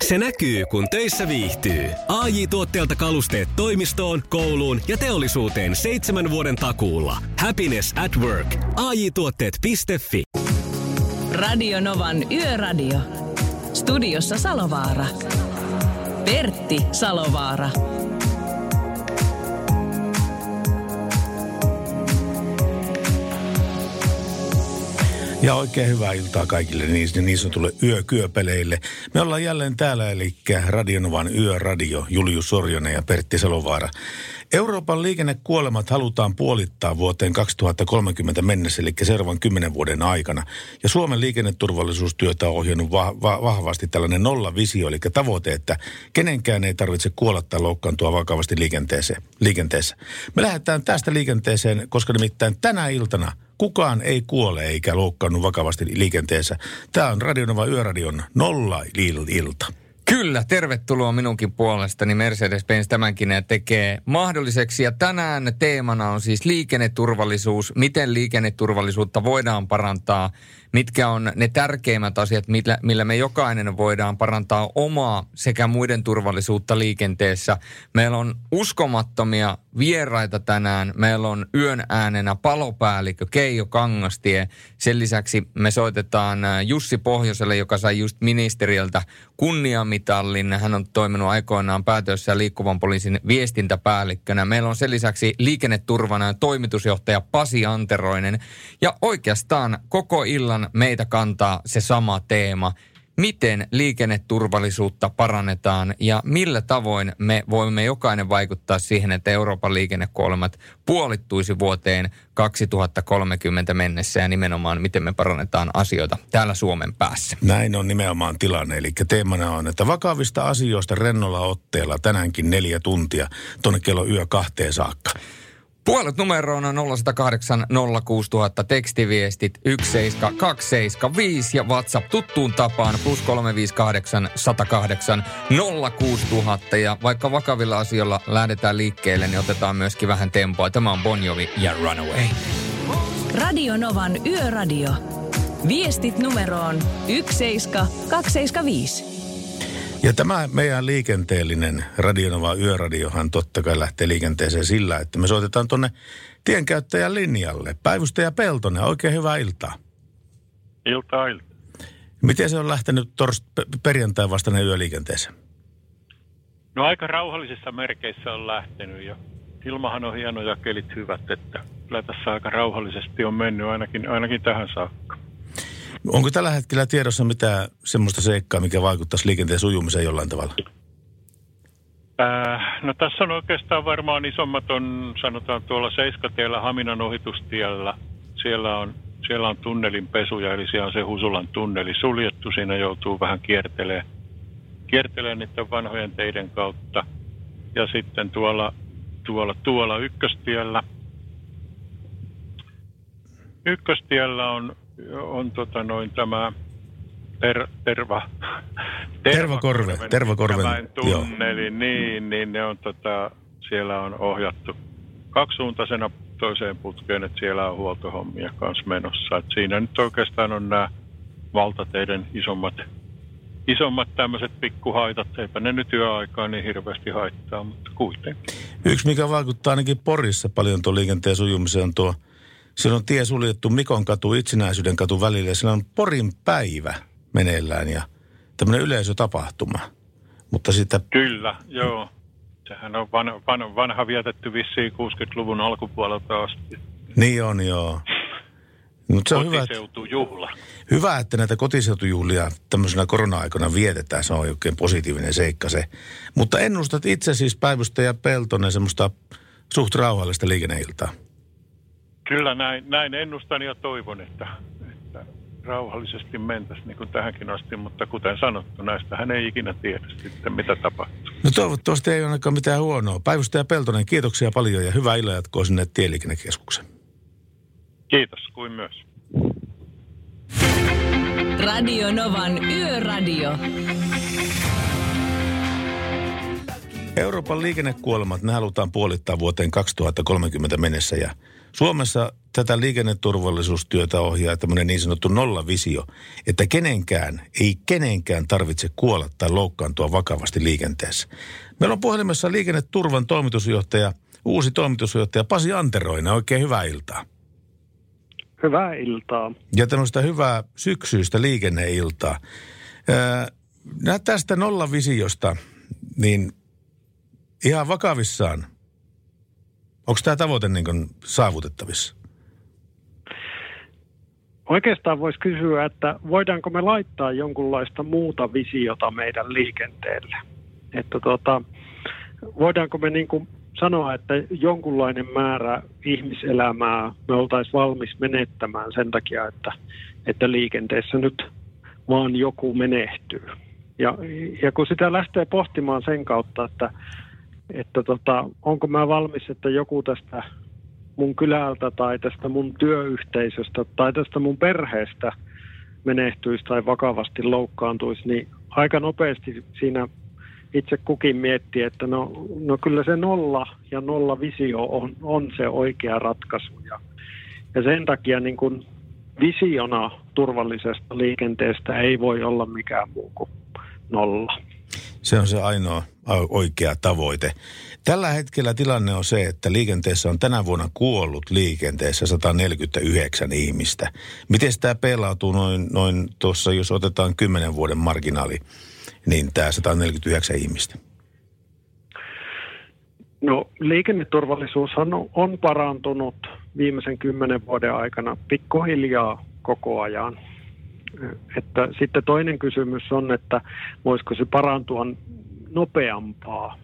Se näkyy, kun töissä viihtyy. AJ-tuotteelta kalusteet toimistoon, kouluun ja teollisuuteen 7 vuoden takuulla. Happiness at work. AJ-tuotteet.fi. Radio Novan Yöradio. Studiossa Salovaara. Pertti Salovaara. Ja oikein hyvää iltaa kaikille niin sanotulle yökyöpeleille. Me ollaan jälleen täällä, eli Radio Novan Yöradio, Julius Sorjonen ja Pertti Salovaara. Euroopan liikennekuolemat halutaan puolittaa vuoteen 2030 mennessä, eli seuraavan 10 vuoden aikana. Ja Suomen liikenneturvallisuustyötä on ohjannut vahvasti tällainen nollavisio, eli tavoite, että kenenkään ei tarvitse kuolla tai loukkaantua vakavasti liikenteessä. Me lähdetään tästä liikenteeseen, koska nimittäin tänä iltana kukaan ei kuole eikä loukkaannut vakavasti liikenteessä. Tämä on Radio Nova Yöradion nolla-ilta. Kyllä, tervetuloa minunkin puolestani. Mercedes-Benz tämänkin tekee mahdolliseksi. Ja tänään teemana on siis liikenneturvallisuus. Miten liikenneturvallisuutta voidaan parantaa? Mitkä on ne tärkeimmät asiat, millä me jokainen voidaan parantaa omaa sekä muiden turvallisuutta liikenteessä. Meillä on uskomattomia vieraita tänään. Meillä on yön äänenä palopäällikkö Keijo Kangastie. Sen lisäksi me soitetaan Jussi Pohjoiselle, joka sai just ministeriöltä kunniamitallin. Hän on toiminut aikoinaan päätössä ja liikkuvan poliisin viestintäpäällikkönä. Meillä on sen lisäksi liikenneturvana toimitusjohtaja Pasi Anteroinen. Ja oikeastaan koko illan meitä kantaa se sama teema. Miten liikenneturvallisuutta parannetaan ja millä tavoin me voimme jokainen vaikuttaa siihen, että Euroopan liikennekuolemat puolittuisi vuoteen 2030 mennessä ja nimenomaan miten me parannetaan asioita täällä Suomen päässä. Näin on nimenomaan tilanne, eli teemana on, että vakavista asioista rennolla otteella tänäänkin 4 tuntia tuonne kello yö 2 saakka. Puolet numeroona 0108 06000, tekstiviestit 17275 ja WhatsApp tuttuun tapaan +358 108 06000. Ja vaikka vakavilla asioilla lähdetään liikkeelle, niin otetaan myöskin vähän tempoa. Tämä on Bon Jovi ja Runaway. Radio Novan Yöradio. Viestit numeroon 17275. Ja tämä meidän liikenteellinen Radio Nova Yöradiohan totta kai lähtee liikenteeseen sillä, että me soitetaan tuonne tienkäyttäjän linjalle. Päivystäjä Peltonen, oikein hyvää iltaa. Iltaa. Miten se on lähtenyt perjantai vastainen yöliikenteeseen? No aika rauhallisissa merkeissä on lähtenyt ja ilmahan on hieno ja kelit hyvät, että kyllä tässä aika rauhallisesti on mennyt ainakin tähän saakka. Onko tällä hetkellä tiedossa mitään semmoista seikkaa, mikä vaikuttaisi liikenteen sujumiseen jollain tavalla? No tässä on oikeastaan varmaan isommat on, sanotaan tuolla Seiskatiellä, Haminan ohitustiellä. Siellä on tunnelin pesuja, eli siellä on se Husulan tunneli suljettu. Siinä joutuu vähän kiertelemään niiden vanhojen teiden kautta. Ja sitten tuolla Ykköstiellä on tämä Tervakorven tunneli, niin ne on siellä on ohjattu kaksisuuntaisena toiseen putkeen, että siellä on huoltohommia kanssa menossa. Et siinä nyt oikeastaan on nämä valtateiden isommat tämmöiset pikkuhaitat. Eipä ne nyt yöaikaan niin hirveästi haittaa, mutta kuitenkin. Yksi, mikä vaikuttaa ainakin Porissa paljon tuon liikenteen sujumiseen, on siellä on tie suljettu Mikon katu, Itsenäisyyden katu välillä ja siellä on Porin päivä meneillään ja tämmöinen yleisötapahtuma. Mutta sitä... Kyllä, joo. Sehän on vanha vietetty vissiin 60-luvun alkupuolelta asti. Niin on, joo. Mut se on kotiseutujuhla. Hyvä, että näitä kotiseutujuhlia tämmöisenä korona-aikana vietetään. Se on oikein positiivinen seikka se. Mutta ennustat itse siis päivystäjä Peltonen semmoista suht rauhallista liikenneiltaa. Kyllä näin ennustan ja toivon, että rauhallisesti mentäisiin niin kuin tähänkin asti, mutta kuten sanottu, näistähän ei ikinä tiedä sitten, mitä tapahtuu. No toivottavasti ei ole ainakaan mitään huonoa. Päivystäjä Peltonen, kiitoksia paljon ja hyvää illanjatkoa sinne Tieliikennekeskuksen. Kiitos, kuin myös. Radio Novan Yöradio. Euroopan liikennekuolemat, ne halutaan puolittaa vuoteen 2030 mennessä ja Suomessa tätä liikenneturvallisuustyötä ohjaa tämmöinen niin sanottu nollavisio, että ei kenenkään tarvitse kuolla tai loukkaantua vakavasti liikenteessä. Meillä on puhelimessa Liikenneturvan uusi toimitusjohtaja Pasi Anteroinen. Oikein hyvää iltaa. Hyvää iltaa. Ja tämmöistä hyvää syksyistä liikenneiltaa. Tästä nollavisiosta, niin ihan vakavissaan, onko tämä tavoite niin kuin saavutettavissa? Oikeastaan voisi kysyä, että voidaanko me laittaa jonkunlaista muuta visiota meidän liikenteelle? Että voidaanko me niin kuin sanoa, että jonkunlainen määrä ihmiselämää me oltaisiin valmis menettämään sen takia, että liikenteessä nyt vaan joku menehtyy. Ja kun sitä lähtee pohtimaan sen kautta, että onko mä valmis, että joku tästä mun kylältä tai tästä mun työyhteisöstä tai tästä mun perheestä menehtyisi tai vakavasti loukkaantuisi, niin aika nopeasti siinä itse kukin miettii, että no kyllä se nolla ja nollavisio on se oikea ratkaisu. Ja sen takia niin kuin visiona turvallisesta liikenteestä ei voi olla mikään muu kuin nolla. Se on se ainoa oikea tavoite. Tällä hetkellä tilanne on se, että liikenteessä on tänä vuonna kuollut liikenteessä 149 ihmistä. Miten tämä peilautuu noin tuossa, jos otetaan 10 vuoden marginaali, niin tämä 149 ihmistä? No liikenneturvallisuushan on parantunut viimeisen 10 vuoden aikana pikkuhiljaa koko ajan. Että sitten toinen kysymys on, että voisiko se parantua nopeampaa.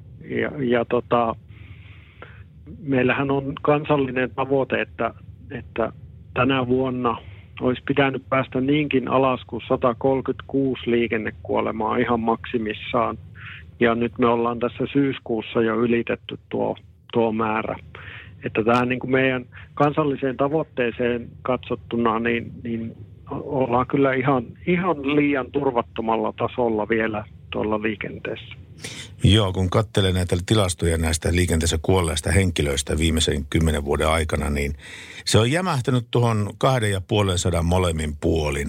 Meillähän on kansallinen tavoite, että tänä vuonna olisi pitänyt päästä niinkin alas kuin 136 liikennekuolemaa ihan maksimissaan. Ja nyt me ollaan tässä syyskuussa jo ylitetty tuo määrä. Että tähän niin kuin meidän kansalliseen tavoitteeseen katsottuna, niin ollaan kyllä ihan liian turvattomalla tasolla vielä tuolla liikenteessä. Joo, kun katselee näitä tilastoja näistä liikenteessä kuolleista henkilöistä viimeisen 10 vuoden aikana, niin se on jämähtänyt tuohon 250 molemmin puolin.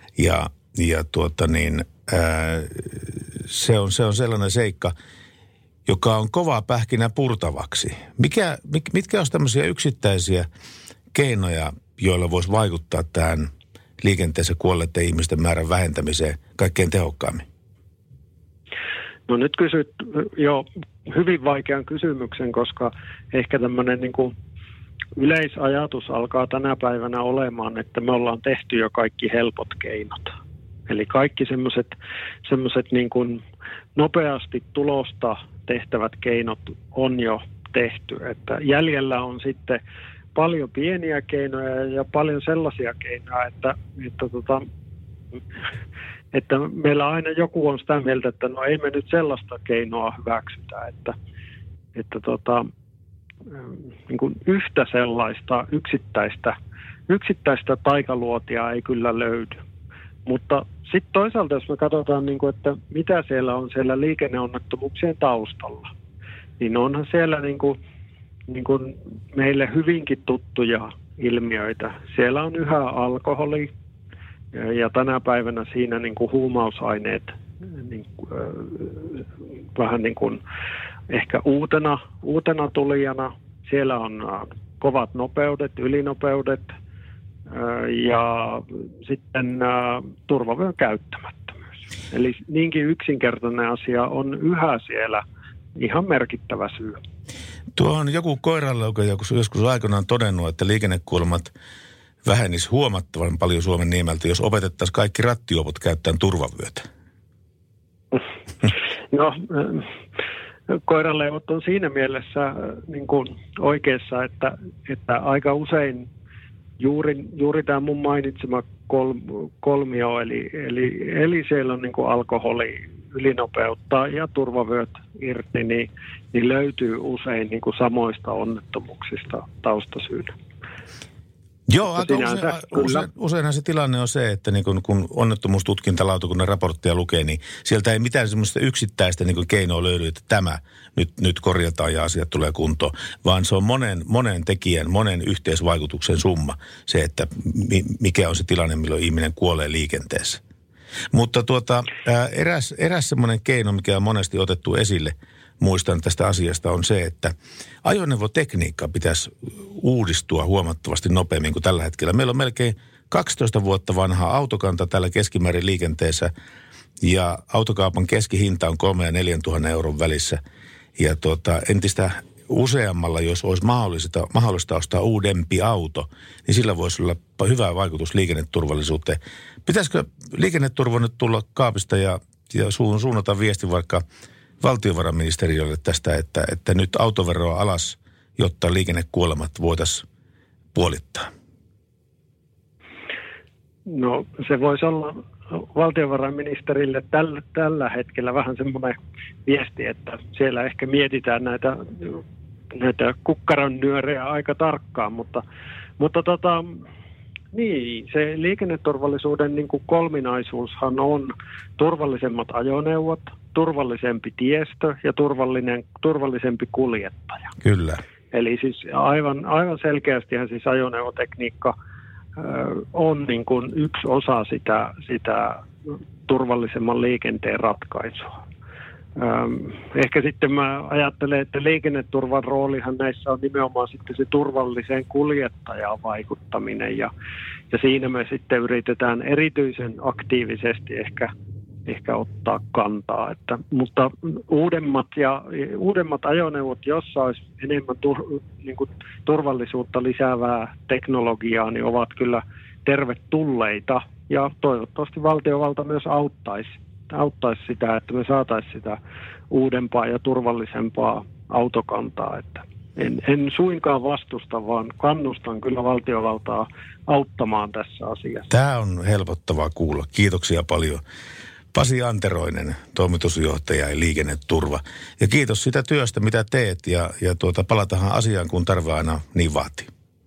Se on sellainen seikka, joka on kova pähkinä purtavaksi. Mitkä olisi tämmöisiä yksittäisiä keinoja, joilla voisi vaikuttaa tähän liikenteessä kuolleiden ihmisten määrän vähentämiseen kaikkein tehokkaammin? No nyt kysyt jo hyvin vaikean kysymyksen, koska ehkä tämmöinen niin kuin yleisajatus alkaa tänä päivänä olemaan, että me ollaan tehty jo kaikki helpot keinot. Eli kaikki semmoiset niin kuin nopeasti tulosta tehtävät keinot on jo tehty. Että jäljellä on sitten paljon pieniä keinoja ja paljon sellaisia keinoja, että meillä aina joku on sitä mieltä, että no ei me nyt sellaista keinoa hyväksytä, että niin kuin yhtä sellaista yksittäistä taikaluotia ei kyllä löydy. Mutta sitten toisaalta, jos me katsotaan, niin kuin, että mitä siellä on siellä liikenneonnettomuuksien taustalla, niin onhan siellä niin kuin meille hyvinkin tuttuja ilmiöitä. Siellä on yhä alkoholi ja tänä päivänä siinä niin kuin huumausaineet vähän niin kuin ehkä uutena tulijana. Siellä on kovat nopeudet, ylinopeudet ja sitten turvavyön käyttämättömyys. Eli niinkin yksinkertainen asia on yhä siellä ihan merkittävä syy. Tuohon joku koiranleuka joskus aikanaan todennut, että liikennekuolemat vähenisi huomattavan paljon Suomen niemeltä, jos opetettaisiin kaikki rattijuopot käyttämään turvavyötä. No, koiranleuvot on siinä mielessä niin kuin oikeassa, että aika usein juuri tämä mun mainitsema kolmio, eli siellä on niin kuin alkoholi, ylinopeutta ja turvavyöt irti, niin löytyy usein niin kuin samoista onnettomuuksista taustasyynä. Joo, aika useinhan se tilanne on se, että niin kun onnettomuustutkintalautakunnan raporttia lukee, niin sieltä ei mitään semmoista yksittäistä niin keinoa löydy, että tämä nyt korjataan ja asiat tulee kuntoon, vaan se on monen tekijän, monen yhteisvaikutuksen summa se, että mikä on se tilanne, milloin ihminen kuolee liikenteessä. Mutta eräs semmoinen keino, mikä on monesti otettu esille, muistan tästä asiasta, on se, että ajoneuvotekniikka pitäisi uudistua huomattavasti nopeammin kuin tällä hetkellä. Meillä on melkein 12 vuotta vanha autokanta täällä keskimäärin liikenteessä ja autokaupan keskihinta on 3 ja 4 000 euron välissä. Ja entistä useammalla, jos olisi mahdollista ostaa uudempi auto, niin sillä voisi olla hyvä vaikutus liikenneturvallisuuteen. Pitäisikö liikenneturva nyt tulla kaapista ja suunnata viesti vaikka valtiovarainministeriölle tästä, että nyt autoveroa alas, jotta liikennekuolemat voitaisiin puolittaa? No se voisi olla valtiovarainministerille tällä hetkellä vähän semmoinen viesti, että siellä ehkä mietitään näitä kukkaronnyörejä aika tarkkaan, mutta niin, se liikenneturvallisuuden niin kuin kolminaisuushan on turvallisemmat ajoneuvot, turvallisempi tiestö ja turvallisempi kuljettaja. Kyllä. Eli siis aivan selkeästihän siis ajoneuvotekniikka on niin kuin yksi osa sitä turvallisemman liikenteen ratkaisua. Ehkä sitten mä ajattelen, että liikenneturvan roolihan näissä on nimenomaan sitten se turvalliseen kuljettajaan vaikuttaminen ja siinä me sitten yritetään erityisen aktiivisesti ehkä ottaa kantaa. Mutta uudemmat ajoneuvot, jossa olisi enemmän turvallisuutta lisäävää teknologiaa, niin ovat kyllä tervetulleita ja toivottavasti valtiovalta myös auttaisi sitä, että me saataisiin sitä uudempaa ja turvallisempaa autokantaa. Että en suinkaan vastusta, vaan kannustan kyllä valtiovaltaa auttamaan tässä asiassa. Tämä on helpottavaa kuulla. Kiitoksia paljon. Pasi Anteroinen, toimitusjohtaja ja liikenneturva. Ja kiitos sitä työstä, mitä teet ja palatahan asiaan, kun tarve aina niin vaatii.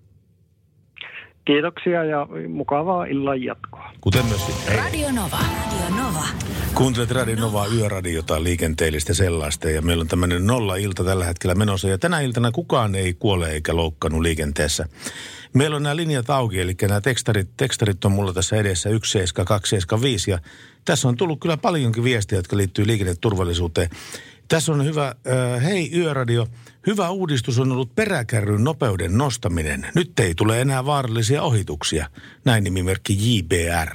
Kiitoksia ja mukavaa illan jatkoa. Kuten myös Radio Nova. Radio Nova. Kuuntelet Radio Novaa yöradiota, liikenteellistä sellaista, ja meillä on tämmöinen nolla-ilta tällä hetkellä menossa, ja tänä iltana kukaan ei kuole eikä loukkaannut liikenteessä. Meillä on nämä linjat auki, eli nämä tekstarit on mulla tässä edessä 17275, ja tässä on tullut kyllä paljonkin viestiä, jotka liittyy liikenneturvallisuuteen. Tässä on hyvä, hei Yöradio, hyvä uudistus on ollut peräkärryn nopeuden nostaminen. Nyt ei tule enää vaarallisia ohituksia. Näin nimimerkki JBR.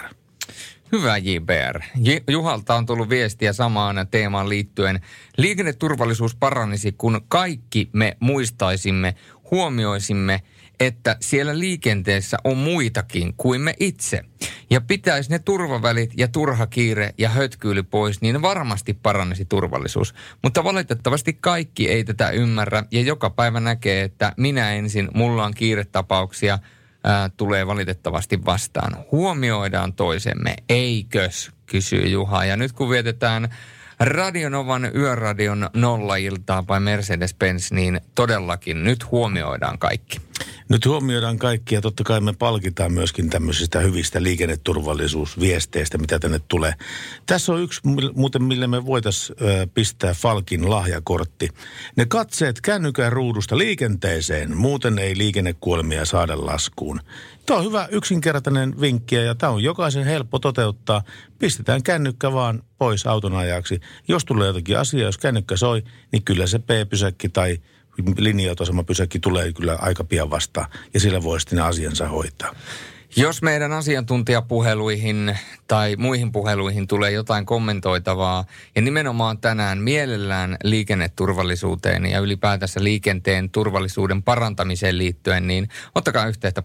Hyvä JBR. Juhalta on tullut viestiä samaan teemaan liittyen. Liikenneturvallisuus paranisi, kun kaikki me muistaisimme, huomioisimme, että siellä liikenteessä on muitakin kuin me itse. Ja pitäisi ne turvavälit ja turha kiire ja hötkyily pois, niin varmasti paranisi turvallisuus. Mutta valitettavasti kaikki ei tätä ymmärrä ja joka päivä näkee, että minä ensin, mulla on kiiretapauksia, tulee valitettavasti vastaan. Huomioidaan toisemme, eikös, kysyy Juha. Ja nyt kun vietetään Radio Novan yöradion nollailtaa vai Mercedes-Benz, niin todellakin nyt huomioidaan kaikki. Nyt huomioidaan kaikki ja totta kai me palkitaan myöskin tämmöisistä hyvistä liikenneturvallisuusviesteistä, mitä tänne tulee. Tässä on yksi muuten, mille me voitaisiin pistää Falkin lahjakortti. Ne katseet kännykän ruudusta liikenteeseen, muuten ei liikennekuolemia saada laskuun. Tämä on hyvä yksinkertainen vinkki ja tämä on jokaisen helppo toteuttaa. Pistetään kännykkä vaan pois auton ajaksi. Jos tulee jotakin asiaa, jos kännykkä soi, niin kyllä se P-pysäkki tai linja-autoasemapysäkki tulee kyllä aika pian vastaan ja sillä voi sitten asiansa hoitaa. Jos meidän asiantuntijapuheluihin tai muihin puheluihin tulee jotain kommentoitavaa ja nimenomaan tänään mielellään liikenneturvallisuuteen ja ylipäätänsä liikenteen turvallisuuden parantamiseen liittyen, niin ottakaa yhteyttä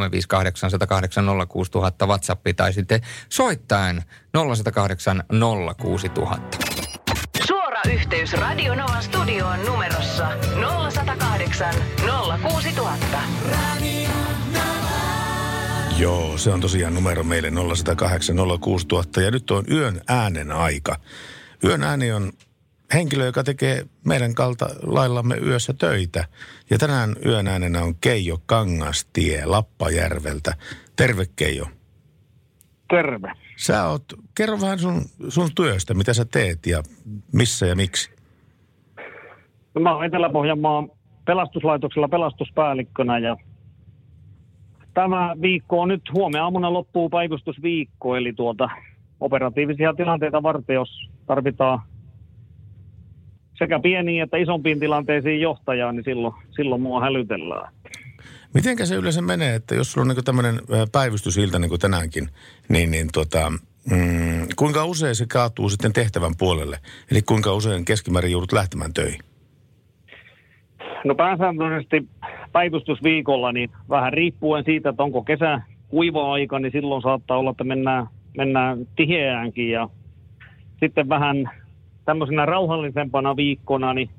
+358 108 06000 WhatsApp tai sitten soittaen 0108 06000. Suora yhteys Radio Novan studioon numerossa 0108 06000. Joo, se on tosiaan numero meille 0108 06000 ja nyt on yön äänen aika. Yön ääni on henkilö, joka tekee meidän laillamme yössä töitä. Ja tänään yön äänenä on Keijo Kangastie Lappajärveltä. Terve Keijo. Terve. Kerro vähän sun työstä, mitä sä teet ja missä ja miksi? No, mä oon Etelä-Pohjanmaan pelastuslaitoksella pelastuspäällikkönä ja tämä viikko on nyt, huomenna aamuna loppuu päivystysviikko, eli operatiivisia tilanteita varten, jos tarvitaan sekä pieniin että isompiin tilanteisiin johtajaa, niin silloin mua hälytellään. Mitenkä se yleensä menee, että jos sulla on niin tämmöinen päivystysilta niin kuin tänäänkin, kuinka usein se kaatuu sitten tehtävän puolelle? Eli kuinka usein keskimäärin joudut lähtemään töihin? No pääsääntöisesti päivystysviikolla, niin vähän riippuen siitä, että onko kesä kuiva aika, niin silloin saattaa olla, että mennään tiheäänkin. Ja sitten vähän tämmöisenä rauhallisempana viikkona, niin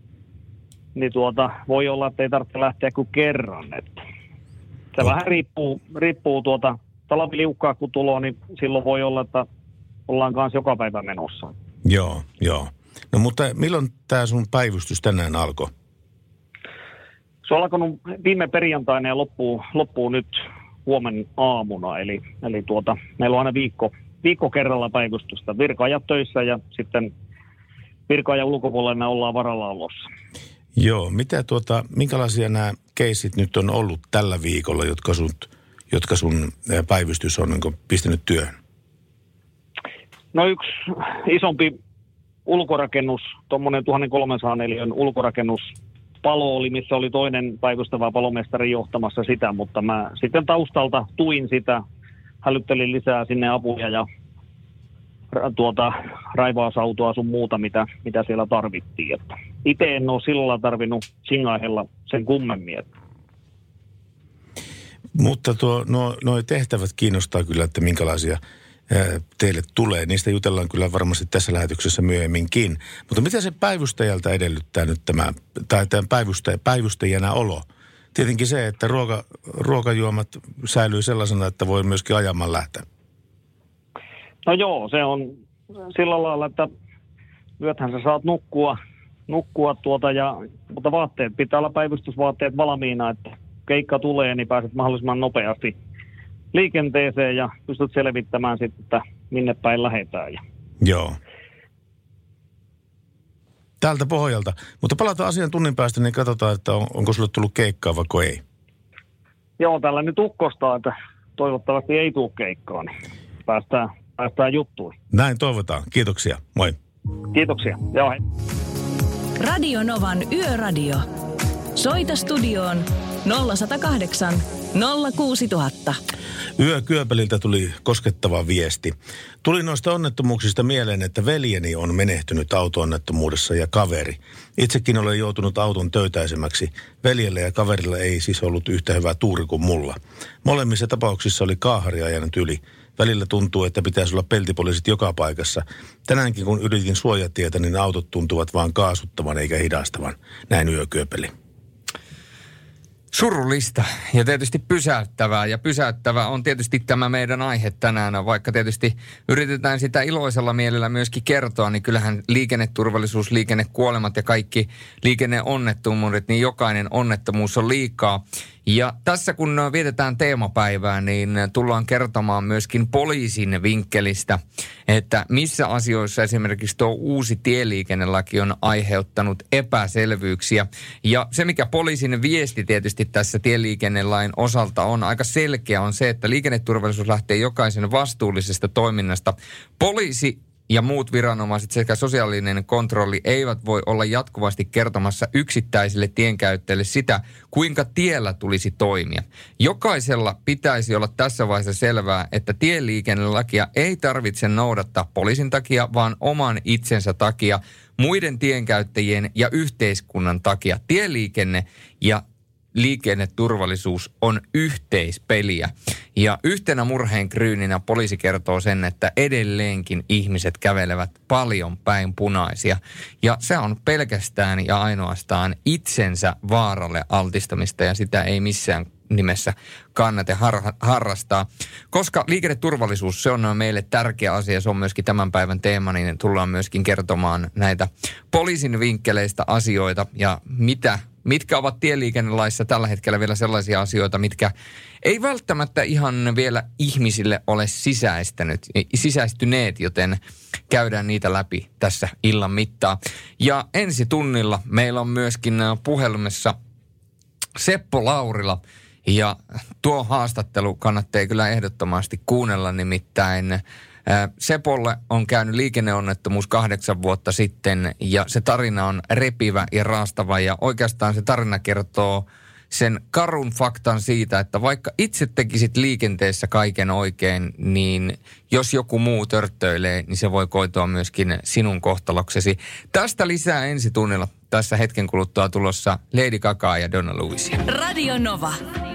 voi olla, että ei tarvitse lähteä kuin kerran. Että se vähän riippuu talviliukkaa kun tuloa, niin silloin voi olla, että ollaan kanssa joka päivä menossa. Joo. No mutta milloin tämä sun päivystys tänään alkoi? Se on alkanut viime perjantaina ja loppuu nyt huomenna aamuna. Eli meillä on aina viikko kerralla päivystystä. Virka-ajat töissä ja sitten virka-ajan ulkopuolella ollaan varallaolossa. Joo, minkälaisia nämä keissit nyt on ollut tällä viikolla, jotka sun päivystys on niin pistänyt työhön? No yksi isompi ulkorakennus, tuommoinen 1300 neliön ulkorakennuspalo oli, missä oli toinen päivystävä palomestari johtamassa sitä, mutta mä sitten taustalta tuin sitä, hälyttelin lisää sinne apuja ja raivausautoa sun muuta, mitä siellä tarvittiin. Itse en ole sillä tarvinnut singaihella sen kummemmin. Mutta nuo tehtävät kiinnostaa kyllä, että minkälaisia teille tulee. Niistä jutellaan kyllä varmasti tässä lähetyksessä myöhemminkin. Mutta mitä se päivystäjältä edellyttää nyt tämän päivystäjänä olo? Tietenkin se, että ruokajuomat säilyy sellaisena, että voi myöskin ajamaan lähteä. No joo, se on sillä lailla, että yöthän sä saat nukkua mutta vaatteet pitää olla päivystysvaatteet valmiina, että keikka tulee, niin pääset mahdollisimman nopeasti liikenteeseen ja pystyt selvittämään sitten, että minne päin lähdetään. Joo. Tältä pohjalta. Mutta palataan asian tunnin päästä, niin katsotaan, että onko sulle tullut keikkaa vai ei. Joo, tällä nyt ukkostaa, että toivottavasti ei tule keikkaa, niin päästään juttuun. Näin toivotaan. Kiitoksia. Moi. Kiitoksia. Joo, hei. Radio Novan Yöradio. Soita studioon 0108 06000. Yökyöpeliltä tuli koskettava viesti. Tuli noista onnettomuuksista mieleen, että veljeni on menehtynyt auto-onnettomuudessa ja kaveri. Itsekin olen joutunut auton töytäisemmäksi. Veljellä ja kaverilla ei siis ollut yhtä hyvä tuuri kuin mulla. Molemmissa tapauksissa oli kaahari ajanut yli. Välillä tuntuu, että pitäisi olla peltipoliisit joka paikassa. Tänäänkin kun yritin suojatietä, niin autot tuntuvat vaan kaasuttavan eikä hidastavan. Näin Yökyöpeli. Surullista ja tietysti pysäyttävää. Ja pysäyttävä on tietysti tämä meidän aihe tänään. Vaikka tietysti yritetään sitä iloisella mielellä myöskin kertoa, niin kyllähän liikenneturvallisuus, liikennekuolemat ja kaikki liikenneonnettomuudet, niin jokainen onnettomuus on liikaa. Ja tässä kun vietetään teemapäivää, niin tullaan kertomaan myöskin poliisin vinkkelistä, että missä asioissa esimerkiksi tuo uusi tieliikennelaki on aiheuttanut epäselvyyksiä. Ja se, mikä poliisin viesti tietysti tässä tieliikennelain osalta on aika selkeä, on se, että liikenneturvallisuus lähtee jokaisen vastuullisesta toiminnasta. Poliisi ja muut viranomaiset sekä sosiaalinen kontrolli eivät voi olla jatkuvasti kertomassa yksittäisille tienkäyttäjille sitä, kuinka tiellä tulisi toimia. Jokaisella pitäisi olla tässä vaiheessa selvää, että tieliikennelakia ei tarvitse noudattaa poliisin takia, vaan oman itsensä takia, muiden tienkäyttäjien ja yhteiskunnan takia. Tieliikenne ja liikenneturvallisuus on yhteispeliä. Ja yhtenä murheenkryyninä poliisi kertoo sen, että edelleenkin ihmiset kävelevät paljon päin punaisia. Ja se on pelkästään ja ainoastaan itsensä vaaralle altistamista ja sitä ei missään nimessä kannata harrastaa. Koska liikenneturvallisuus, se on meille tärkeä asia, se on myöskin tämän päivän teema, niin tullaan myöskin kertomaan näitä poliisin vinkkeleistä asioita ja mitkä ovat tieliikennelaissa tällä hetkellä vielä sellaisia asioita, mitkä ei välttämättä ihan vielä ihmisille ole sisäistyneet, joten käydään niitä läpi tässä illan mittaan. Ja ensi tunnilla meillä on myöskin puhelimessa Seppo Laurila, ja tuo haastattelu kannattaa kyllä ehdottomasti kuunnella, nimittäin Sepolle on käynyt liikenneonnettomuus 8 vuotta sitten ja se tarina on repivä ja raastava ja oikeastaan se tarina kertoo sen karun faktan siitä, että vaikka itse tekisit liikenteessä kaiken oikein, niin jos joku muu törttöilee, niin se voi koitua myöskin sinun kohtaloksesi. Tästä lisää ensi tunnilla. Tässä hetken kuluttua tulossa Lady Gagaa ja Donna Lewisia. Radio Nova.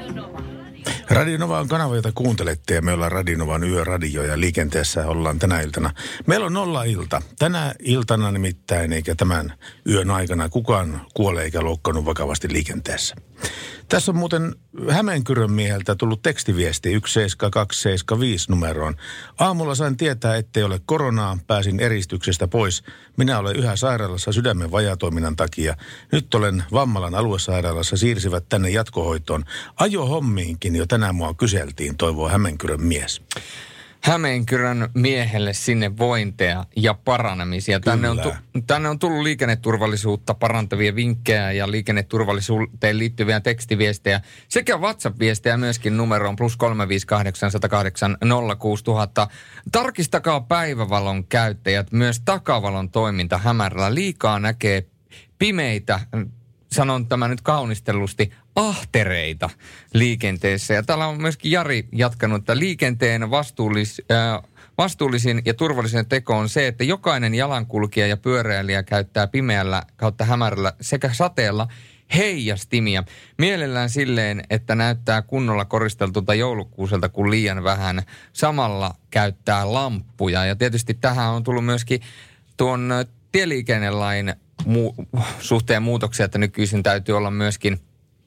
Radio Nova on kanava, jota kuuntelette ja me ollaan Radio Novan yöradio ja liikenteessä ollaan tänä iltana. Meillä on nollailta. Tänä iltana nimittäin eikä tämän yön aikana kukaan kuole eikä loukkaannut vakavasti liikenteessä. Tässä on muuten Hämeenkyrön mieheltä tullut tekstiviesti 17275 numeroon. Aamulla sain tietää, ettei ole koronaa. Pääsin eristyksestä pois. Minä olen yhä sairaalassa sydämen vajaatoiminnan takia. Nyt olen Vammalan aluesairaalassa. Siirsivät tänne jatkohoitoon. Ajohommiinkin jo tänään mua kyseltiin, toivoo Hämeenkyrön mies. Hämeenkyrön miehelle sinne vointeja ja paranemisia. Tänne on tullut liikenneturvallisuutta parantavia vinkkejä ja liikenneturvallisuuteen liittyviä tekstiviestejä sekä WhatsApp-viestejä myöskin numeroon +358 108 06000. Tarkistakaa päivävalon käyttäjät, myös takavalon toiminta hämärällä. Liikaa näkee pimeitä, sanon tämä nyt kaunistellusti, ahtereita liikenteessä. Ja täällä on myöskin Jari jatkanut, että liikenteen vastuullisin ja turvallisen teko on se, että jokainen jalankulkija ja pyöräilijä käyttää pimeällä kautta hämärällä sekä sateella heijastimia. Mielellään silleen, että näyttää kunnolla koristeltulta joulukuuselta kuin liian vähän. Samalla käyttää lamppuja. Ja tietysti tähän on tullut myöskin tuon tieliikennelain suhteen muutoksia, että nykyisin täytyy olla myöskin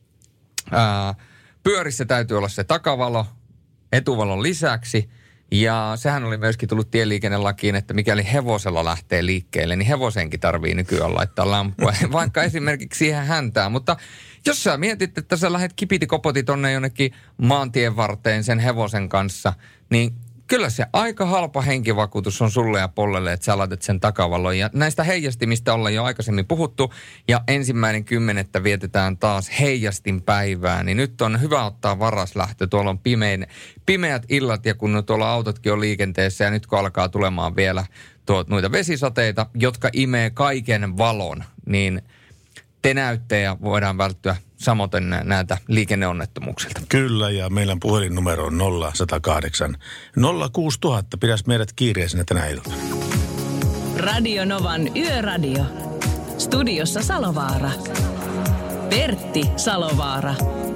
pyörissä täytyy olla se takavalo etuvalon lisäksi. Ja sehän oli myöskin tullut tieliikennelakiin, että mikäli hevosella lähtee liikkeelle, niin hevosenkin tarvii nykyään laittaa lampua, vaikka esimerkiksi siihen häntään. Mutta jos sä mietit, että sä lähdet kipitikopoti tonne jonnekin maantien varteen sen hevosen kanssa, niin kyllä se aika halpa henkivakuutus on sulle ja Pollelle, että sä laitat sen takavalon. Ja näistä heijastimista ollaan jo aikaisemmin puhuttu. Ja 1.10. vietetään taas heijastinpäivää. Niin nyt on hyvä ottaa varaslähtö. Tuolla on pimeät illat ja kun tuolla autotkin on liikenteessä. Ja nyt kun alkaa tulemaan vielä noita vesisateita, jotka imee kaiken valon, niin te näytte ja voidaan välttyä samoin näitä liikenneonnettomuuksilta. Kyllä, ja meillä puhelinnumero on 0108 06000. Pidäs meidät kiireisenä tänä iltana. Radio Novan yöradio. Studiossa Salovaara. Pertti Salovaara.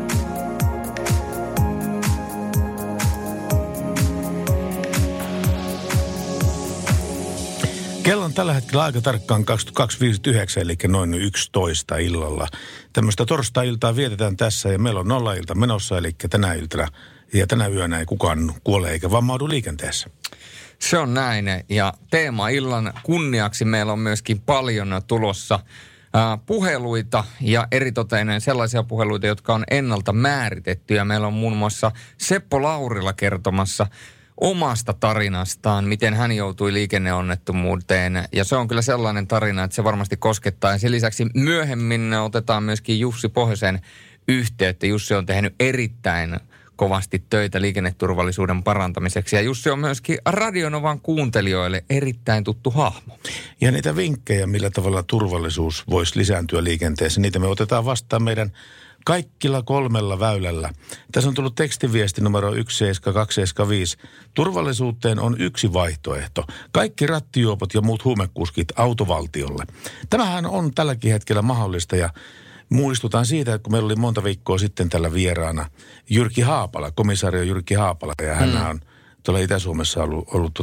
Kello on tällä hetkellä aika tarkkaan 22.59, eli noin 11 illalla. Tämmöistä torstai-iltaa vietetään tässä ja meillä on nollailta menossa, eli tänä iltana ja tänä yönä ei kukaan kuole eikä vammaudu liikenteessä. Se on näin ja teema-illan kunniaksi meillä on myöskin paljon tulossa puheluita ja eritoten sellaisia puheluita, jotka on ennalta määritettyjä. Meillä on muun muassa Seppo Laurila kertomassa omasta tarinastaan, miten hän joutui liikenneonnettomuuteen. Ja se on kyllä sellainen tarina, että se varmasti koskettaa. Ja sen lisäksi myöhemmin otetaan myöskin Jussi Pohjosen yhteyttä. Jussi on tehnyt erittäin kovasti töitä liikenneturvallisuuden parantamiseksi. Ja Jussi on myöskin Radio Novan kuuntelijoille erittäin tuttu hahmo. Ja niitä vinkkejä, millä tavalla turvallisuus voisi lisääntyä liikenteessä, niitä me otetaan vastaan meidän kaikilla 3 väylällä. Tässä on tullut tekstiviesti numero 17275. Turvallisuuteen on yksi vaihtoehto. Kaikki rattijuopot ja muut huumekuskit autovaltiolle. Tämähän on tälläkin hetkellä mahdollista ja muistutan siitä, että kun meillä oli monta viikkoa sitten tällä vieraana Jyrki Haapala, komisario Jyrki Haapala. Ja hän on tuolla Itä-Suomessa ollut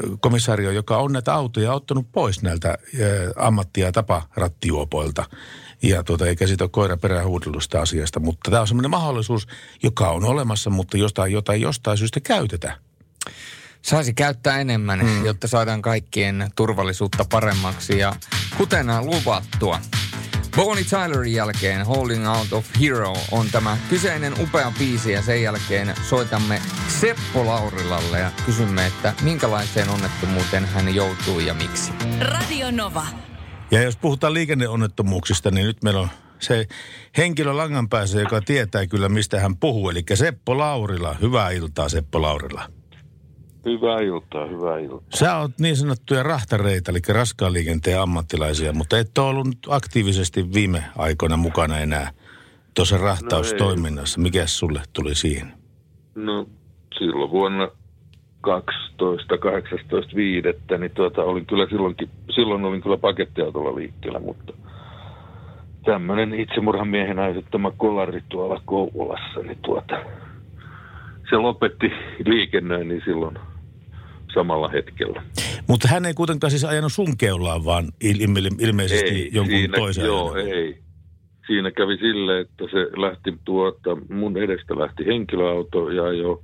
komisario, joka on näitä autoja ottanut pois näiltä ammatti- ja taparattijuopoilta. Ja eikä siitä ole koira perään huudellut sitä asiasta, mutta tämä on semmoinen mahdollisuus, joka on olemassa, mutta jota ei jostain syystä käytetä. Saisi käyttää enemmän, jotta saadaan kaikkien turvallisuutta paremmaksi ja kuten luvattua. Bonnie Tylerin jälkeen Holding Out of Hero on tämä kyseinen upea biisi ja sen jälkeen soitamme Seppo Laurilalle ja kysymme, että minkälaiseen onnettomuuteen hän joutuu ja miksi. Radio Nova. Ja jos puhutaan liikenneonnettomuuksista, niin nyt meillä on se henkilö langan päässä, joka tietää kyllä mistä hän puhuu. Eli Seppo Laurila. Hyvää iltaa, Seppo Laurila. Hyvää iltaa. Sä oot niin sanottuja rahtareita, eli raskaan liikenteen ammattilaisia, mutta et ole ollut aktiivisesti viime aikoina mukana enää tuossa rahtaustoiminnassa. Mikäs sulle tuli siihen? No silloin vuonna 18.5. niin olin kyllä silloin olin kyllä pakettiautolla liikkeellä, mutta tämmöinen itsemurhamiehen aiheuttama kolari tuolla Kouvolassa, niin se lopetti liikennöinnin silloin samalla hetkellä. Mutta hän ei kuitenkaan siis ajanut sun keulaan, vaan ilmeisesti ei, jonkun toisen. Joo, ei. Siinä kävi silleen, että se lähti mun edestä lähti henkilöauto ja jo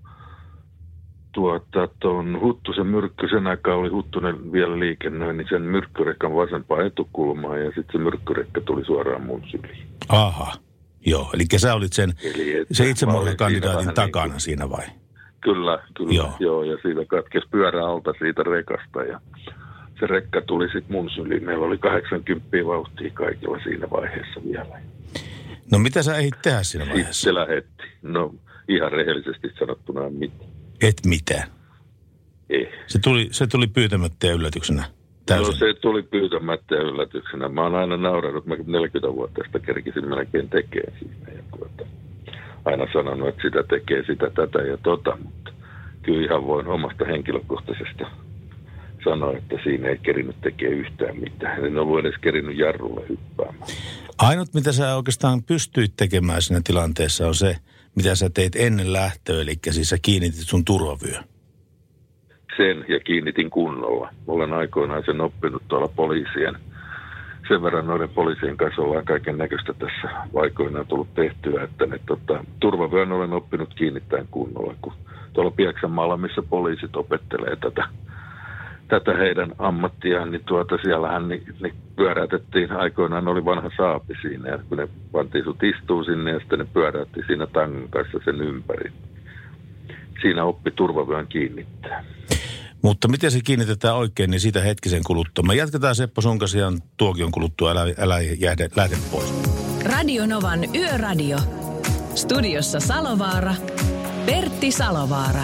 tuon Huttusen Myrkkysen aikaa oli Huttunen vielä liikennöin, niin sen myrkkyrekan vasempaan etukulmaan ja sitten se myrkkyrekka tuli suoraan mun syliin. Aha, joo. Eli sä olit se itsemurhakandidaatin takana niin, siinä vai? Kyllä, joo. Ja siitä katkesi pyörä alta siitä rekasta ja se rekka tuli sitten mun syliin. Meillä oli 80 vauhtia kaikilla siinä vaiheessa vielä. No mitä sä ehdit tehdä siinä vaiheessa? Sitten se lähetti. No ihan rehellisesti sanottuna mitään. Et mitään? Ei. Se tuli pyytämättä ja yllätyksenä täysin? No se tuli pyytämättä ja yllätyksenä. Mä oon aina naurannut, mä 40 vuotta sitä kerkisin melkein tekee siinä. Ja aina sanonut, että sitä tekee sitä, tätä ja mutta kyllä ihan voin omasta henkilökohtaisesta sanoa, että siinä ei kerinyt tekee yhtään mitään. En ollut edes kerinyt jarrulle hyppäämään. Ainut, mitä sä oikeastaan pystyit tekemään siinä tilanteessa on se, mitä sä teit ennen lähtöä, eli siis sä kiinnitit sun turvavyö. Sen ja kiinnitin kunnolla. Olen aikoinaan sen oppinut tuolla poliisien. Sen verran noiden poliisien kanssa ollaan kaiken näköistä tässä aikoinaan tullut tehtyä, että ne turvavyön olen oppinut kiinnittämään kunnolla. Kun tuolla Pieksämaalla, missä poliisit opettelee tätä heidän ammattiaan, niin siellähän niin pyöräytettiin, aikoinaan oli vanha saapi siinä, ja kun ne pantiin sut istuu sinne, ja sitten ne pyöräytti siinä tangon kanssa sen ympäri. Siinä oppi turvavyön kiinnittää. Mutta miten se kiinnitetään oikein, niin siitä hetkisen kuluttua. Me jatketaan Seppo sun kanssa ihan tuokion kuluttua, älä lähde pois. Radio Novan Yöradio. Studiossa Salovaara, Pertti Salovaara.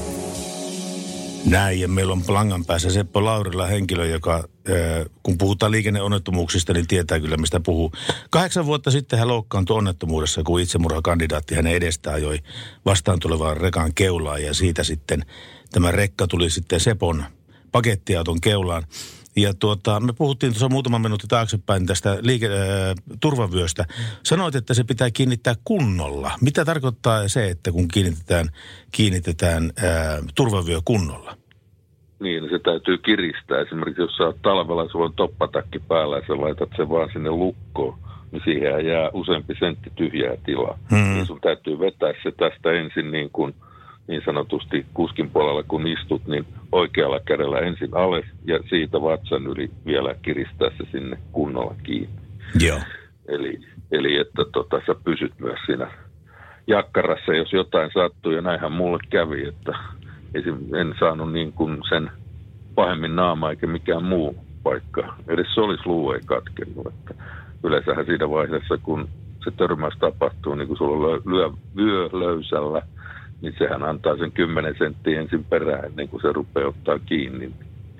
Näin, ja meillä on langan päässä Seppo Laurila, henkilö, joka, kun puhutaan liikenneonnettomuuksista, niin tietää kyllä, mistä puhuu. 8 vuotta sitten hän loukkaantui onnettomuudessa, kun itsemurhakandidaatti hänen edestään ajoi vastaan tulevaan rekan keulaan, ja siitä sitten tämä rekka tuli sitten Sepon pakettiauton keulaan. Ja me puhuttiin tuossa muutama minuutti taaksepäin tästä turvavyöstä. Sanoit, että se pitää kiinnittää kunnolla. Mitä tarkoittaa se, että kun kiinnitetään turvavyö kunnolla? Niin, se täytyy kiristää. Esimerkiksi jos sä oot talvella, sulla on toppatakki päällä ja sä laitat sen vaan sinne lukkoon, niin siihen jää useampi sentti tyhjää tilaa. Niin sun täytyy vetää se tästä ensin niin sanotusti kuskin puolella, kun istut, niin oikealla kädellä ensin alas ja siitä vatsan yli vielä kiristää se sinne kunnolla kiinni. Joo. Eli että sä pysyt myös siinä jakkarassa, jos jotain sattuu, ja näinhän mulle kävi, että en saanut niin kuin sen pahemmin naama eikä mikään muu paikka. Edes solisluu ei katkennut. Että yleensähän siinä vaiheessa, kun se törmäys tapahtuu, niin kun sulla on vyö löysällä, niin sehän antaa sen 10 senttiä ensin perään ennen kuin se rupeaa ottaa kiinni.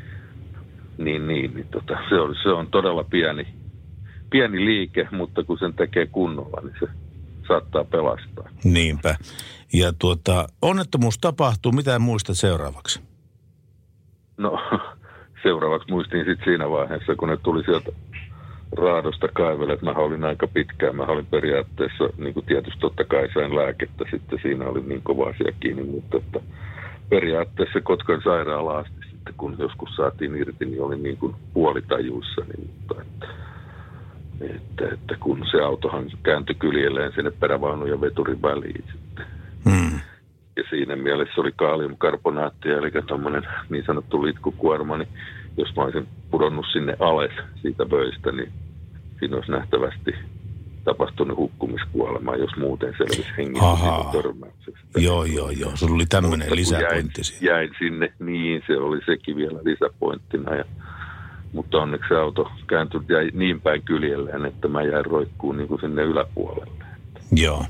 Se on todella pieni liike, mutta kun sen tekee kunnolla, niin se saattaa pelastaa. Niinpä. Ja onnettomuus tapahtuu. Mitä muistat seuraavaksi? No, seuraavaksi muistin sitten siinä vaiheessa, kun ne tuli sieltä raadosta kaivelle, että mä olin aika pitkään. Mä olin periaatteessa, niin kuin tietysti totta kai sain lääkettä, sitten siinä oli niin kova asia kiinni, mutta että periaatteessa Kotkan sairaala asti sitten, kun joskus saatiin irti, niin olin niin kuin puolitajuissa. Niin, Että kun se autohan kääntyi kyljelleen sinne perävaunun ja veturin väliin sitten. Ja siinä mielessä oli kaaliumkarbonaattia, eli tämmöinen niin sanottu litkukuorma, niin jos mä olisin pudonnut sinne alas siitä vöistä, niin siinä olisi nähtävästi tapahtunut hukkumiskuolema, jos muuten selvisi hengitys törmäyksestä. Joo. Sulla oli tämmöinen lisäpointti siinä. Jäin sinne, niin se oli sekin vielä lisäpointtina. Mutta onneksi se auto jäi niin päin kyljelleen, että mä jäin roikkuun niin kuin sinne yläpuolelle. Joo.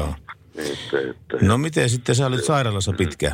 No miten sitten sä olit sairaalassa pitkään?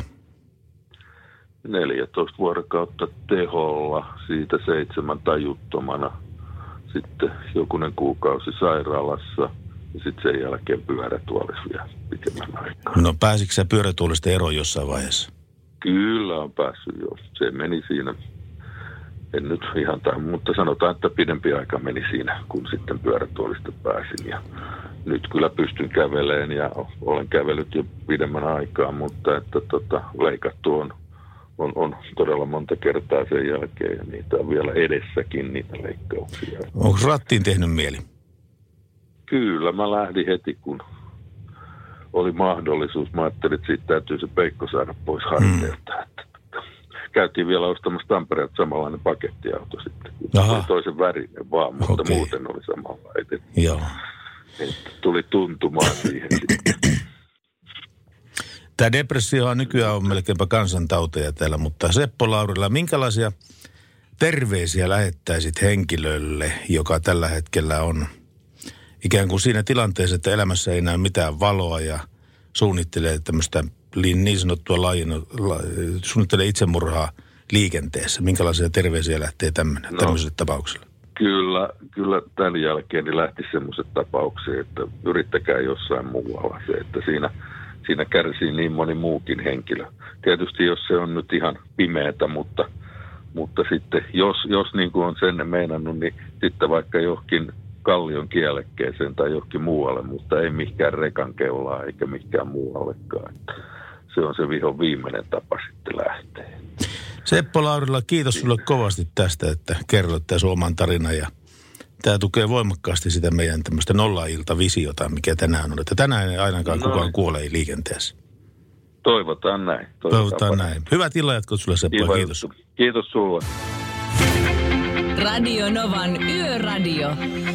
14 vuorokautta teholla, siitä 7 tajuttomana. Sitten jokunen kuukausi sairaalassa ja sitten sen jälkeen pyörätuolissa vielä pitemmän aikaa. No pääsitkö sä pyörätuolista eroon jossain vaiheessa? Kyllä on päässyt jo. Se meni siinä, en nyt ihan mutta sanotaan, että pidempi aika meni siinä, kun sitten pyörätuolista pääsin. Ja nyt kyllä pystyn kävelemään ja olen kävellyt jo pidemmän aikaa, mutta että leikattu on todella monta kertaa sen jälkeen ja niitä on vielä edessäkin niitä leikkauksia. Onko rattiin tehnyt mieli? Kyllä, mä lähdin heti kun oli mahdollisuus. Mä ajattelin, että siitä täytyy se peikko saada pois harteilta. Käytiin vielä ostamassa Tampereelta samanlainen pakettiauto sitten. Se oli toisen värinen vaan, mutta muuten oli samanlainen. Joo. Tuli tuntumaan siihen sitten. Tämä depressio nykyään on melkeinpä kansantauteja täällä, mutta Seppo Laurila, minkälaisia terveisiä lähettäisit henkilölle, joka tällä hetkellä on ikään kuin siinä tilanteessa, että elämässä ei näe mitään valoa ja suunnittelee tämmöistä niin sanottua suunnittelee itsemurhaa liikenteessä? Minkälaisia terveisiä lähtee tämmöiselle tapaukselle? Kyllä tämän jälkeen niin lähti semmoiset tapaukset, että yrittäkää jossain muualla se, että siinä kärsii niin moni muukin henkilö. Tietysti jos se on nyt ihan pimeätä, mutta sitten jos niin kuin on sen meinannut, niin sitten vaikka johonkin kallion kielekkeeseen tai johonkin muualle, mutta ei mihinkään rekan keulaa eikä mihinkään muuallekaan. Se on se viimeinen tapa sitten lähteä. Seppo Laurila, kiitos sulle kovasti tästä, että kerroit tämän sun oman tarinan ja tämä tukee voimakkaasti sitä meidän tämmöistä nollailta-visiota, mikä tänään on. Että tänään ei ainakaan kukaan kuole liikenteessä. Toivotaan näin. Toivotaan näin. Hyvät illanjatkot sulle, Seppo. Kiitos. Kiitos sulle. Radio Novan Yöradio.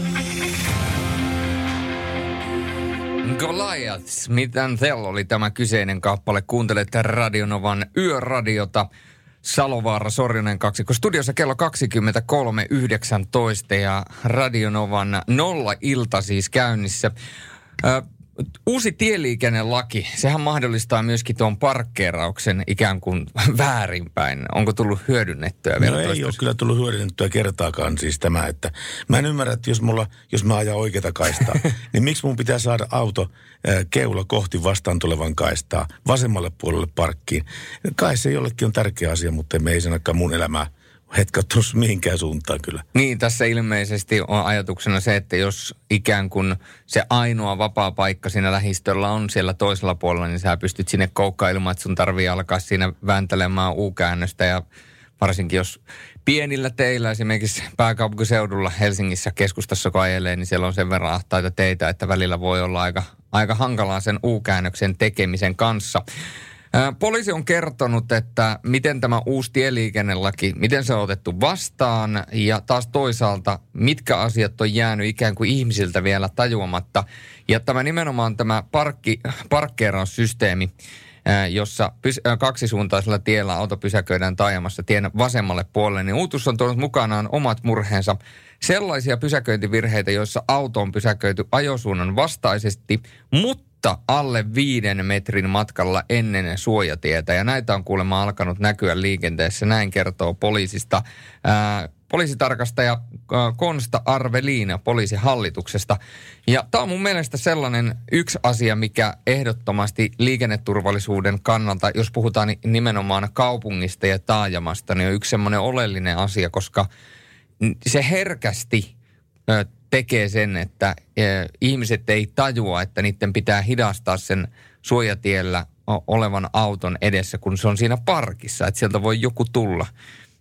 Goliaths, Mitään Thell oli tämä kyseinen kappale. Kuuntelette Radio Novan Yöradiota. Salovaara, Sorjonen kaksikko. Studiossa kello 23.19 ja Radio Novan Nolla-ilta siis käynnissä. Uusi tieliikennelaki, sehän mahdollistaa myöskin tuon parkkeerauksen ikään kuin väärinpäin. Onko tullut hyödynnettyä vielä? No ei ole kyllä tullut hyödynnettyä kertaakaan siis tämä, että mä en ymmärrä, että jos mä ajan oikeata kaistaa, niin miksi mun pitää saada auto keula kohti vastaan tulevan kaistaa vasemmalle puolelle parkkiin. Kai se jollekin on tärkeä asia, mutta me ei sen aikaan mun elämää hetkattu mihinkään suuntaan kyllä. Niin, tässä ilmeisesti on ajatuksena se, että jos ikään kuin se ainoa vapaa paikka siinä lähistöllä on siellä toisella puolella, niin sä pystyt sinne koukkaan ilman, että sun tarvii alkaa siinä vääntelemään U-käännöstä. Ja varsinkin jos pienillä teillä, esimerkiksi pääkaupunkiseudulla Helsingissä keskustassa kun ajelee, niin siellä on sen verran ahtaita teitä, että välillä voi olla aika hankalaa sen U-käännöksen tekemisen kanssa. Poliisi on kertonut, että miten tämä uusi tieliikennelaki, miten se on otettu vastaan ja taas toisaalta, mitkä asiat on jäänyt ikään kuin ihmisiltä vielä tajuamatta. Ja tämä nimenomaan tämä parkkeeraussysteemi, jossa kaksisuuntaisella tiellä auto pysäköidään taajamassa tien vasemmalle puolelle, niin uutuus on tuonut mukanaan omat murheensa. Sellaisia pysäköintivirheitä, joissa auto on pysäköity ajosuunnan vastaisesti, mutta alle 5 metrin matkalla ennen suojatietä. Ja näitä on kuulemma alkanut näkyä liikenteessä. Näin kertoo poliisista poliisitarkastaja Konsta Arveliina poliisihallituksesta. Ja tämä on mun mielestä sellainen yksi asia, mikä ehdottomasti liikenneturvallisuuden kannalta, jos puhutaan nimenomaan kaupungista ja taajamasta, niin on yksi semmoinen oleellinen asia, koska se herkästi tekee sen, että ihmiset ei tajua, että niiden pitää hidastaa sen suojatiellä olevan auton edessä, kun se on siinä parkissa, että sieltä voi joku tulla.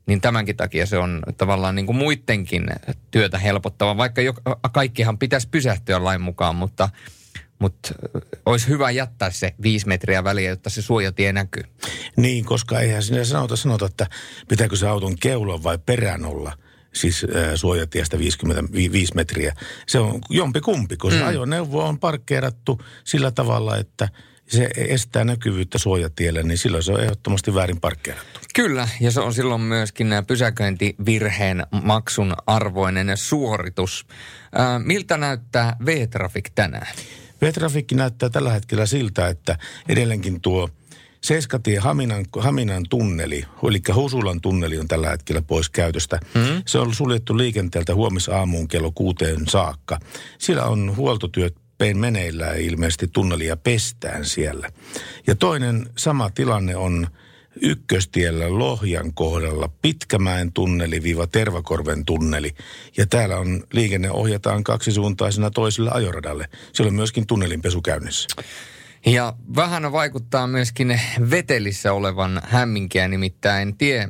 niin tämänkin takia se on tavallaan niin kuin muidenkin työtä helpottava, vaikka kaikkihan pitäisi pysähtyä lain mukaan, mutta olisi hyvä jättää se 5 metriä väliä, jotta se suojatie näkyy. Niin, koska eihän sinne sanota, että pitääkö se auton keulan vai perään olla, siis suojatiestä 55 metriä. Se on jompikumpi, kun se ajoneuvo on parkkeerattu sillä tavalla, että se estää näkyvyyttä suojatielle, niin silloin se on ehdottomasti väärin parkkeerattu. Kyllä, ja se on silloin myöskin pysäköintivirheen maksun arvoinen suoritus. Miltä näyttää V-Traffic tänään? V-Traffic näyttää tällä hetkellä siltä, että edelleenkin tuo Seiskatie Haminan tunneli, eli Husulan tunneli on tällä hetkellä pois käytöstä. Se on suljettu liikenteeltä huomisaamuun kello 6 saakka. Siellä on huoltotyöt meneillään ilmeisesti tunnelia pestään siellä. Ja toinen sama tilanne on Ykköstiellä Lohjan kohdalla Pitkämäen tunneli Tervakorven tunneli. Ja täällä on liikenne ohjataan kaksisuuntaisena toiselle ajoradalle. Siellä on myöskin tunnelin käynnissä. Ja vähän vaikuttaa myöskin Vetelissä olevan hämminkiä, nimittäin tie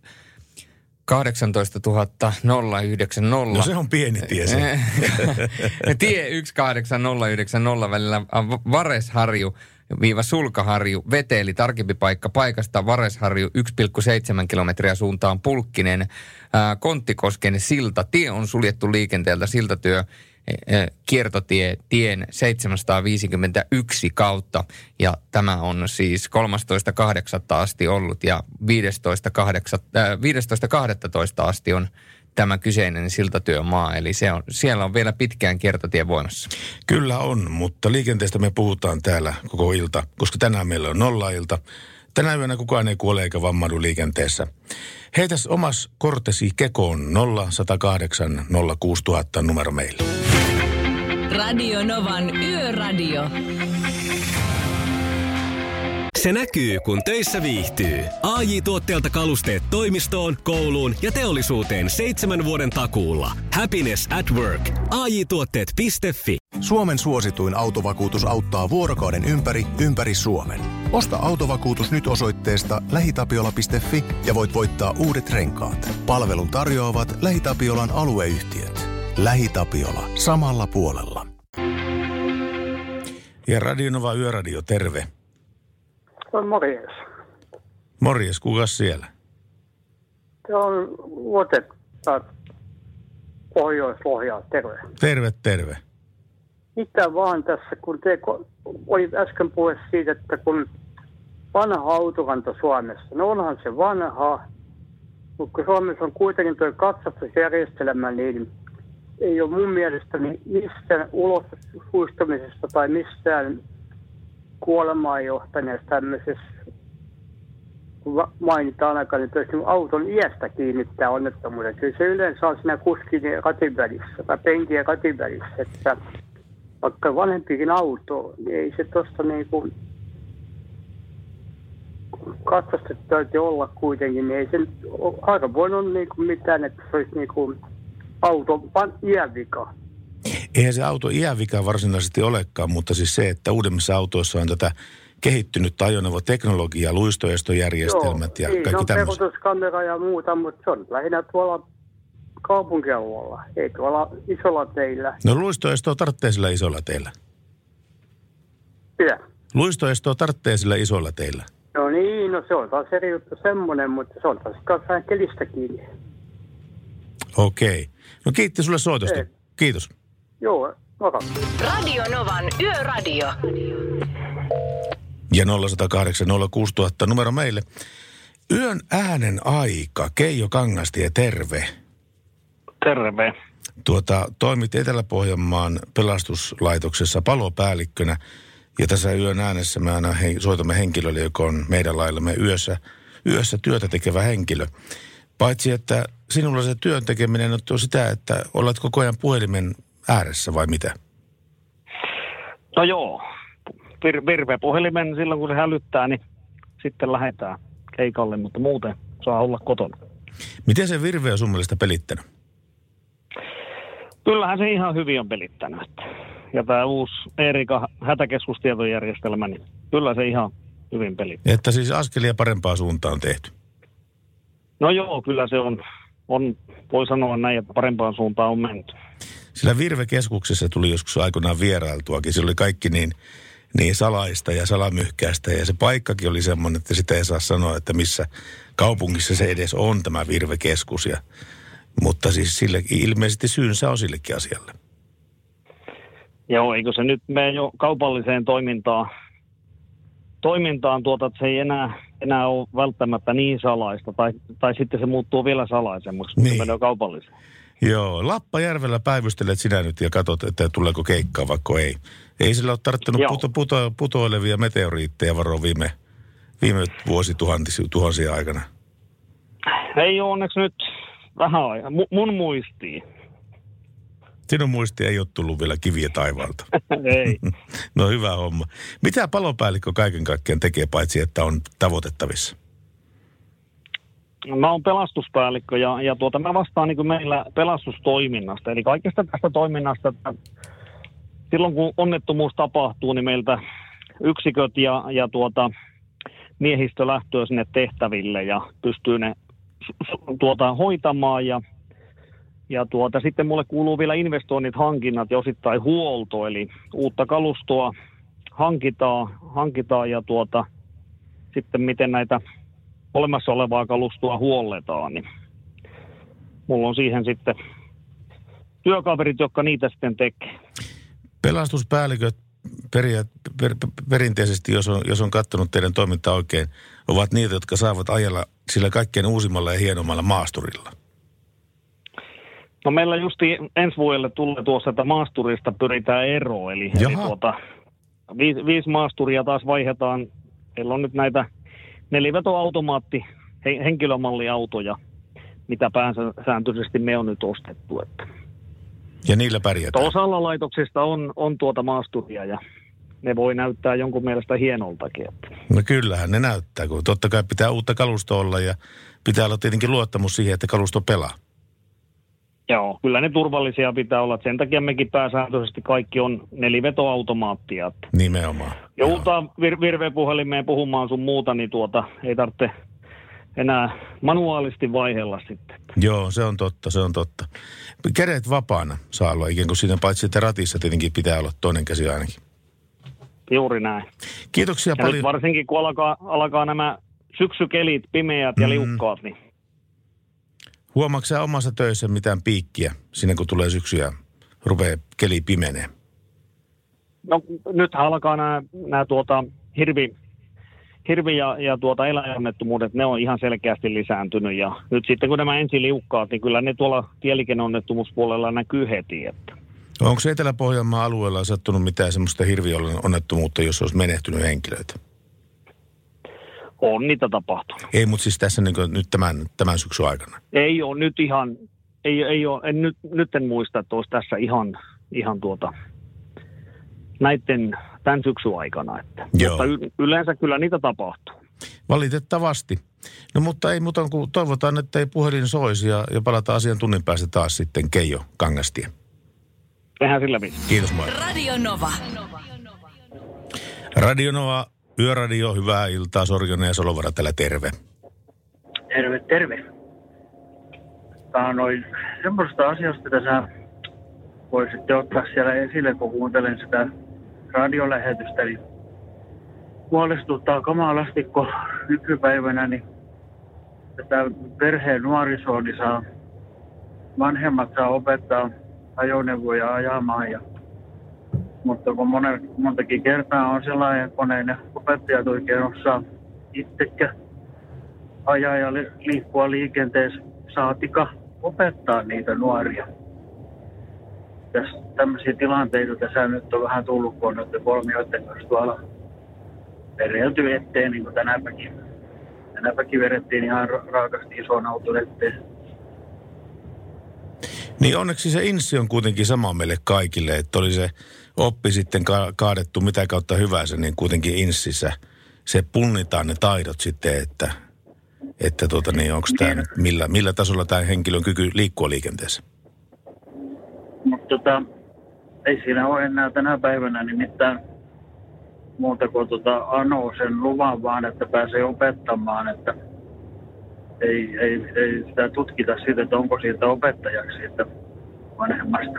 18 090. No se on pieni tie se. Tie 18090 välillä Varesharju-Sulkaharju, Veteli, tarkempi paikka paikasta Varesharju 1,7 kilometriä suuntaan Pulkkinen, Konttikosken silta. Tie on suljettu liikenteeltä, siltatyö kiertotie tien 751 kautta ja tämä on siis 13.8. asti ollut ja 15.12. asti on tämä kyseinen siltatyömaa, eli siellä on vielä pitkään kiertotie voimassa. Kyllä on, mutta liikenteestä me puhutaan täällä koko ilta, koska tänään meillä on nollailta. Tänä yönä kukaan ei kuole eikä vammaudu liikenteessä. Heitäs omas kortesi kekoon 0108 06000 numero meille. Radio Novan Yöradio. Se näkyy, kun töissä viihtyy. AJ-tuotteelta kalusteet toimistoon, kouluun ja teollisuuteen 7 vuoden takuulla. Happiness at work. AJ-tuotteet.fi. Suomen suosituin autovakuutus auttaa vuorokauden ympäri Suomen. Osta autovakuutus nyt osoitteesta lähitapiola.fi ja voit voittaa uudet renkaat. Palvelun tarjoavat LähiTapiolan alueyhtiöt. LähiTapiola. Samalla puolella. Ja Radio Nova Yöradio, terve. Morjes. Morjes, kukas siellä? Se on Luotetta Pohjois-Lohjaa, terve. Terve. Mitä vaan tässä, kun te oli äsken puhe siitä, että kun vanha autokanta Suomessa, no onhan se vanha, mutta kun Suomessa on kuitenkin tuo katsastusjärjestelmä, niin ei ole mun mielestäni mistään ulos suistamisesta tai mistään kuolemaan johtaneessa tämmöisessä, kun mainitaan aika, niin auton iästä kiinnittää onnettomuuden. Kyllä se yleensä on siinä kuskin ja katin välissä tai penkin ja katin välissä, että vaikka vanhempikin auto, niin ei se tuosta niinku katsastettu täytyy olla kuitenkin, niin ei se aika voinut niinku mitään, että se olisi niinku auton iänvika. Eihän se auto iänvika varsinaisesti olekaan, mutta siis se, että uudemmissa autoissa on tätä kehittynyttä ajoneuvoteknologiaa, luistoestojärjestelmät ja kaikki tämmöiset. Joo, peruutuskamera ja muuta, mutta se on lähinnä tuolla kaupunkialueella, ei tuolla isolla teillä. No luistoestoa tarvitsee sillä isolla teillä. Mitä? Luistoestoa tarvitsee sillä isolla teillä. No niin, no se on taas eri juttu semmoinen, mutta se on taas vähän kelistä kiinni. Okei. No kiitti sulle soitosta. Ei. Kiitos. Joo, moro. Radio Novan Yöradio. Ja 0108 06000 numero meille. Yön äänen aika. Keijo Kangastie, terve. Terve. Toimit Etelä-Pohjanmaan pelastuslaitoksessa palopäällikkönä. Ja tässä yön äänessä me aina soitamme henkilölle, joka on meidän laillamme yössä työtä tekevä henkilö. Paitsi, että sinulla se työn tekeminen on sitä, että olet koko ajan puhelimen ääressä vai mitä? No joo. Virve-puhelimen silloin, kun se hälyttää, niin sitten lähdetään keikalle, mutta muuten saa olla kotona. Miten se Virve on sun mielestä pelittänyt? Kyllähän se ihan hyvin on pelittänyt. Ja tämä uusi Erika hätäkeskustietojärjestelmä, niin kyllä se ihan hyvin pelittää. Että siis askelia parempaa suuntaan on tehty. No joo, kyllä se on voi sanoa näin, että parempaan suuntaan on menty. Sillä Virve-keskuksessa tuli joskus aikoinaan vierailtuakin. Se oli kaikki niin salaista ja salamyhkäistä. Ja se paikkakin oli semmoinen, että sitä ei saa sanoa, että missä kaupungissa se edes on tämä Virve-keskus. Mutta siis sille ilmeisesti syynsä on sillekin asialle. Joo, eikö se nyt mene jo kaupalliseen toimintaan että se ei enää ole välttämättä niin salaista. Tai sitten se muuttuu vielä salaisemmaksi, mutta se menee kaupalliseen. Joo, Lappajärvellä päivystelet sinä nyt ja katsot, että tuleeko keikkaa vaikka ei. Ei sillä ole tarttunut putoilevia meteoriitteja varoa viime vuosituhansia aikana. Ei ole onneksi nyt vähän aikaa. Mun muistiin. Sinun muisti ei ole tullut vielä kiviä taivaalta. Ei. No hyvä homma. Mitä palopäällikkö kaiken kaikkiaan tekee, paitsi että on tavoitettavissa? Mä oon pelastuspäällikkö ja mä vastaan niin kuin meillä pelastustoiminnasta. Eli kaikesta tästä toiminnasta, että silloin kun onnettomuus tapahtuu, niin meiltä yksiköt ja miehistö lähtöä sinne tehtäville ja pystyy ne hoitamaan ja sitten mulle kuuluu vielä investoinnit, hankinnat ja osittain huolto, eli uutta kalustoa hankitaan ja sitten miten näitä olemassa olevaa kalustoa huolletaan, niin mulla on siihen sitten työkaverit, jotka niitä sitten tekee. Pelastuspäälliköt perinteisesti, jos on katsonut teidän toimintaa oikein, ovat niitä, jotka saavat ajella sillä kaikkein uusimmalla ja hienommalla maasturilla. No meillä justi ensi vuodelle tulee tuossa, että maasturista pyritään eroon. Eli 5 maasturia taas vaihdetaan. Meillä on nyt näitä 4-vetoautomaatti henkilömalliautoja, mitä pääsääntöisesti me on nyt ostettu. Että. Ja niillä pärjätään? Osalla laitoksista on maasturia ja ne voi näyttää jonkun mielestä hienoltakin. Että. No kyllähän ne näyttää, kun totta kai pitää uutta kalustoa olla ja pitää olla tietenkin luottamus siihen, että kalusto pelaa. Joo, kyllä ne turvallisia pitää olla. Sen takia mekin pääsääntöisesti kaikki on 4-vetoautomaattia. Nimenomaan. Joutaa virvepuhelimeen puhumaan sun muuta, niin ei tarvitse enää manuaalisti vaihella sitten. Joo, se on totta. Kädet vapaana saa olla ikään kuin siinä, paitsi että ratissa tietenkin pitää olla toinen käsi ainakin. Juuri näin. Kiitoksia ja paljon. Varsinkin kun alkaa nämä syksykelit, pimeät ja liukkaat, niin huomaatko sä omassa töissä mitään piikkiä siinä, kun tulee syksy ja rupeaa keli pimenee? No nyt alkaa nämä hirvi ja eläinonnettomuudet, ne on ihan selkeästi lisääntynyt. Ja nyt sitten kun nämä ensiliukkaat, niin kyllä ne tuolla tieliikenneonnettomuuspuolella näkyy heti. Että. Onko Etelä-Pohjanmaan alueella sattunut mitään semmoista hirvionnettomuutta, jos olisi menehtynyt henkilöitä? On niitä tapahtunut. Ei, mutta siis tässä niin nyt tämän syksyn aikana. Ei ole nyt ihan, ei ole, nyt en muista, että olisi tässä ihan tämän syksyn aikana. Että. Mutta yleensä kyllä niitä tapahtuu. Valitettavasti. No mutta ei muuta kuin toivotaan, että ei puhelin soisi ja palataan asian tunnin päästä taas sitten Keijo Kangastie. Tehdään sillä viisi. Kiitos, moi. Radio Nova. Radio Nova. Yöradio, hyvää iltaa, Sorjonen ja Salovaara täällä, terve. Terve. Tämä on semmoista asiasta, että sä voisitte ottaa siellä esille, kun kuuntelen sitä radiolähetystä. Niin huolestuttaa kamalasti, kun nykypäivänä niin tätä perheen nuorisoa, niin vanhemmat saa opettaa ajoneuvoja ajamaan mutta kun montakin kertaa on sellainen koneinen, opettajat oikein osaa itsekään ajaa ja liikkua liikenteessä, saatika opettaa niitä nuoria. Tämmöisiä tilanteita tässä nyt on vähän tullut, kun on noiden kolmioiden kanssa tuolla verelty eteen, niin kuin tänäpäkin. Tänäpäkin vedettiin ihan raakasti ison auton eteen. Niin onneksi se inssi on kuitenkin sama meille kaikille, että oli se oppi sitten kaadettu mitä kautta hyvänsä, niin kuitenkin inssissä se punnitaan ne taidot sitten, että onko tämä nyt, millä tasolla tämä henkilön kyky liikkua liikenteessä? Mutta ei siinä ole enää tänä päivänä niin mitään muuta kuin anoo sen luvan vaan, että pääsee opettamaan, että ei sitä tutkita siitä, että onko siitä opettajaksi siitä vanhemmasta.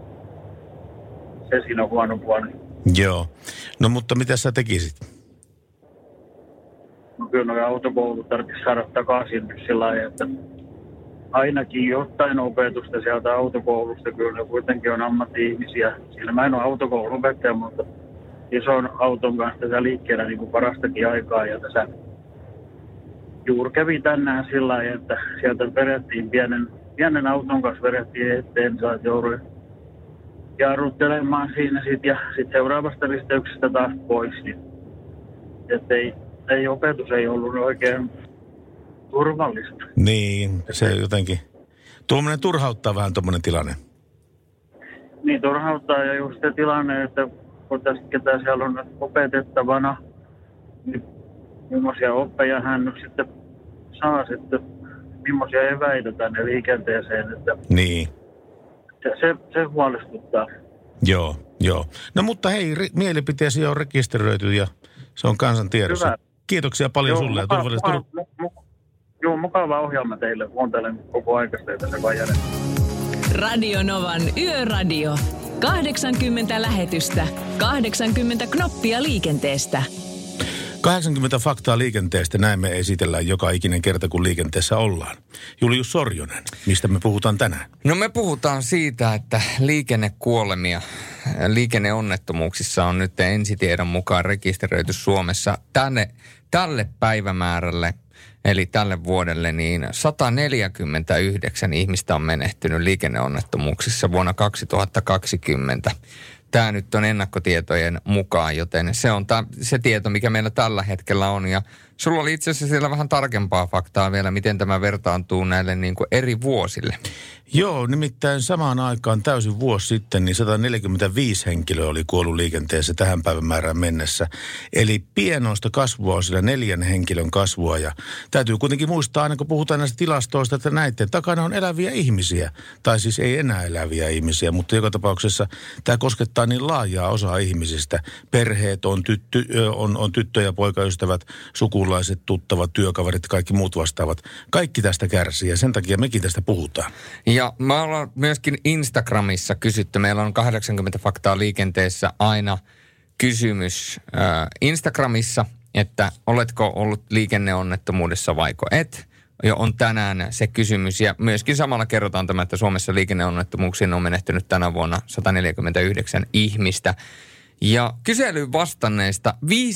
Se siinä on huono puoli. Joo. No mutta mitä sä tekisit? No kyllä nuo autokoulut tarvitsisi saada takaisin sillä lailla, että ainakin jotain opetusta sieltä autokoulusta. Kyllä kuitenkin on ammatti-ihmisiä. Siellä mä en ole autokoulunopettaja, mutta ison auton kanssa tässä liikkeellä niin kuin parastakin aikaa. Ja tässä juuri kävi tänään sillä lailla, että sieltä vedettiin pienen auton kanssa vedettiin eteen, saat jouduin jarruttelemaan siinä ja sitten seuraavasta risteyksestä taas pois. Niin, että ei opetus ei ollut oikein turvallista. Niin, se jotenkin. Tuommoinen turhauttaa vähän tuommoinen tilanne. Niin, turhauttaa ja just se tilanne, että kun tässä ketä siellä on opetettavana, niin millaisia oppeja hän nyt sitten saa sitten, millaisia eväitä tänne liikenteeseen. Että niin. Se huolestuttaa. Joo. No mutta hei, mielipiteesi on rekisteröity ja se on kansan tiedossa. Hyvä. Kiitoksia paljon sulle. Mukava ohjelma teille. Kuuntelen koko aikaista ja tässä vaan jälleen. Radio Novan Yöradio. 80 lähetystä, 80 knoppia liikenteestä. 80 faktaa liikenteestä, näin me esitellään joka ikinen kerta, kun liikenteessä ollaan. Julius Sorjonen, mistä me puhutaan tänään? No me puhutaan siitä, että liikennekuolemia, liikenneonnettomuuksissa on nyt ensitiedon mukaan rekisteröity Suomessa tälle päivämäärälle, eli tälle vuodelle, niin 149 ihmistä on menehtynyt liikenneonnettomuuksissa vuonna 2020. Tämä nyt on ennakkotietojen mukaan, joten se on se tieto, mikä meillä tällä hetkellä on. Ja sulla oli itse asiassa siellä vähän tarkempaa faktaa vielä, miten tämä vertaantuu näille niin kuin eri vuosille. Joo, nimittäin samaan aikaan täysin vuosi sitten, niin 145 henkilöä oli kuollut liikenteessä tähän päivämäärään mennessä. Eli pienoista kasvua on sillä 4 henkilön kasvua. Ja täytyy kuitenkin muistaa, aina kun puhutaan näistä tilastoista, että näiden takana on eläviä ihmisiä. Tai siis ei enää eläviä ihmisiä, mutta joka tapauksessa tämä koskettaa niin laajaa osaa ihmisistä. Perheet, on tyttö- ja poikaystävät, sukulaiset, tuttavat, työkaverit, kaikki muut vastaavat. Kaikki tästä kärsii ja sen takia mekin tästä puhutaan. Ja me ollaan myöskin Instagramissa kysytty. Meillä on 80 faktaa liikenteessä aina kysymys Instagramissa, että oletko ollut liikenneonnettomuudessa vaiko et. Jo on tänään se kysymys ja myöskin samalla kerrotaan tämä, että Suomessa liikenneonnettomuuksiin on menehtynyt tänä vuonna 149 ihmistä. Ja kyselyyn vastanneista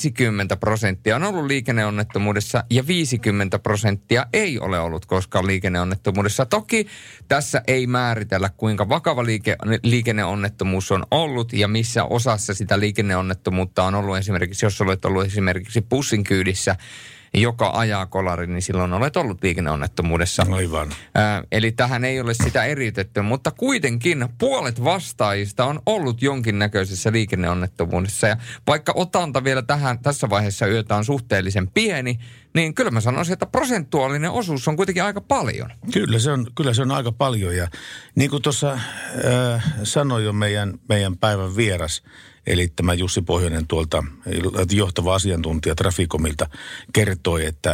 50% on ollut liikenneonnettomuudessa ja 50% ei ole ollut koskaan liikenneonnettomuudessa. Toki tässä ei määritellä, kuinka vakava liikenneonnettomuus on ollut ja missä osassa sitä liikenneonnettomuutta on ollut esimerkiksi, jos olet ollut esimerkiksi bussin kyydissä, joka ajaa kolari, niin silloin olet ollut liikenneonnettomuudessa. Aivan. Eli tähän ei ole sitä eriytetty, mutta kuitenkin puolet vastaajista on ollut jonkinnäköisessä liikenneonnettomuudessa. Ja vaikka otanta vielä tässä vaiheessa yötä on suhteellisen pieni, niin kyllä mä sanoisin, että prosentuaalinen osuus on kuitenkin aika paljon. Kyllä se on aika paljon ja niin kuin tuossa sanoi jo meidän päivän vieras, eli tämä Jussi Pohjonen tuolta johtava asiantuntija Traficomilta kertoi, että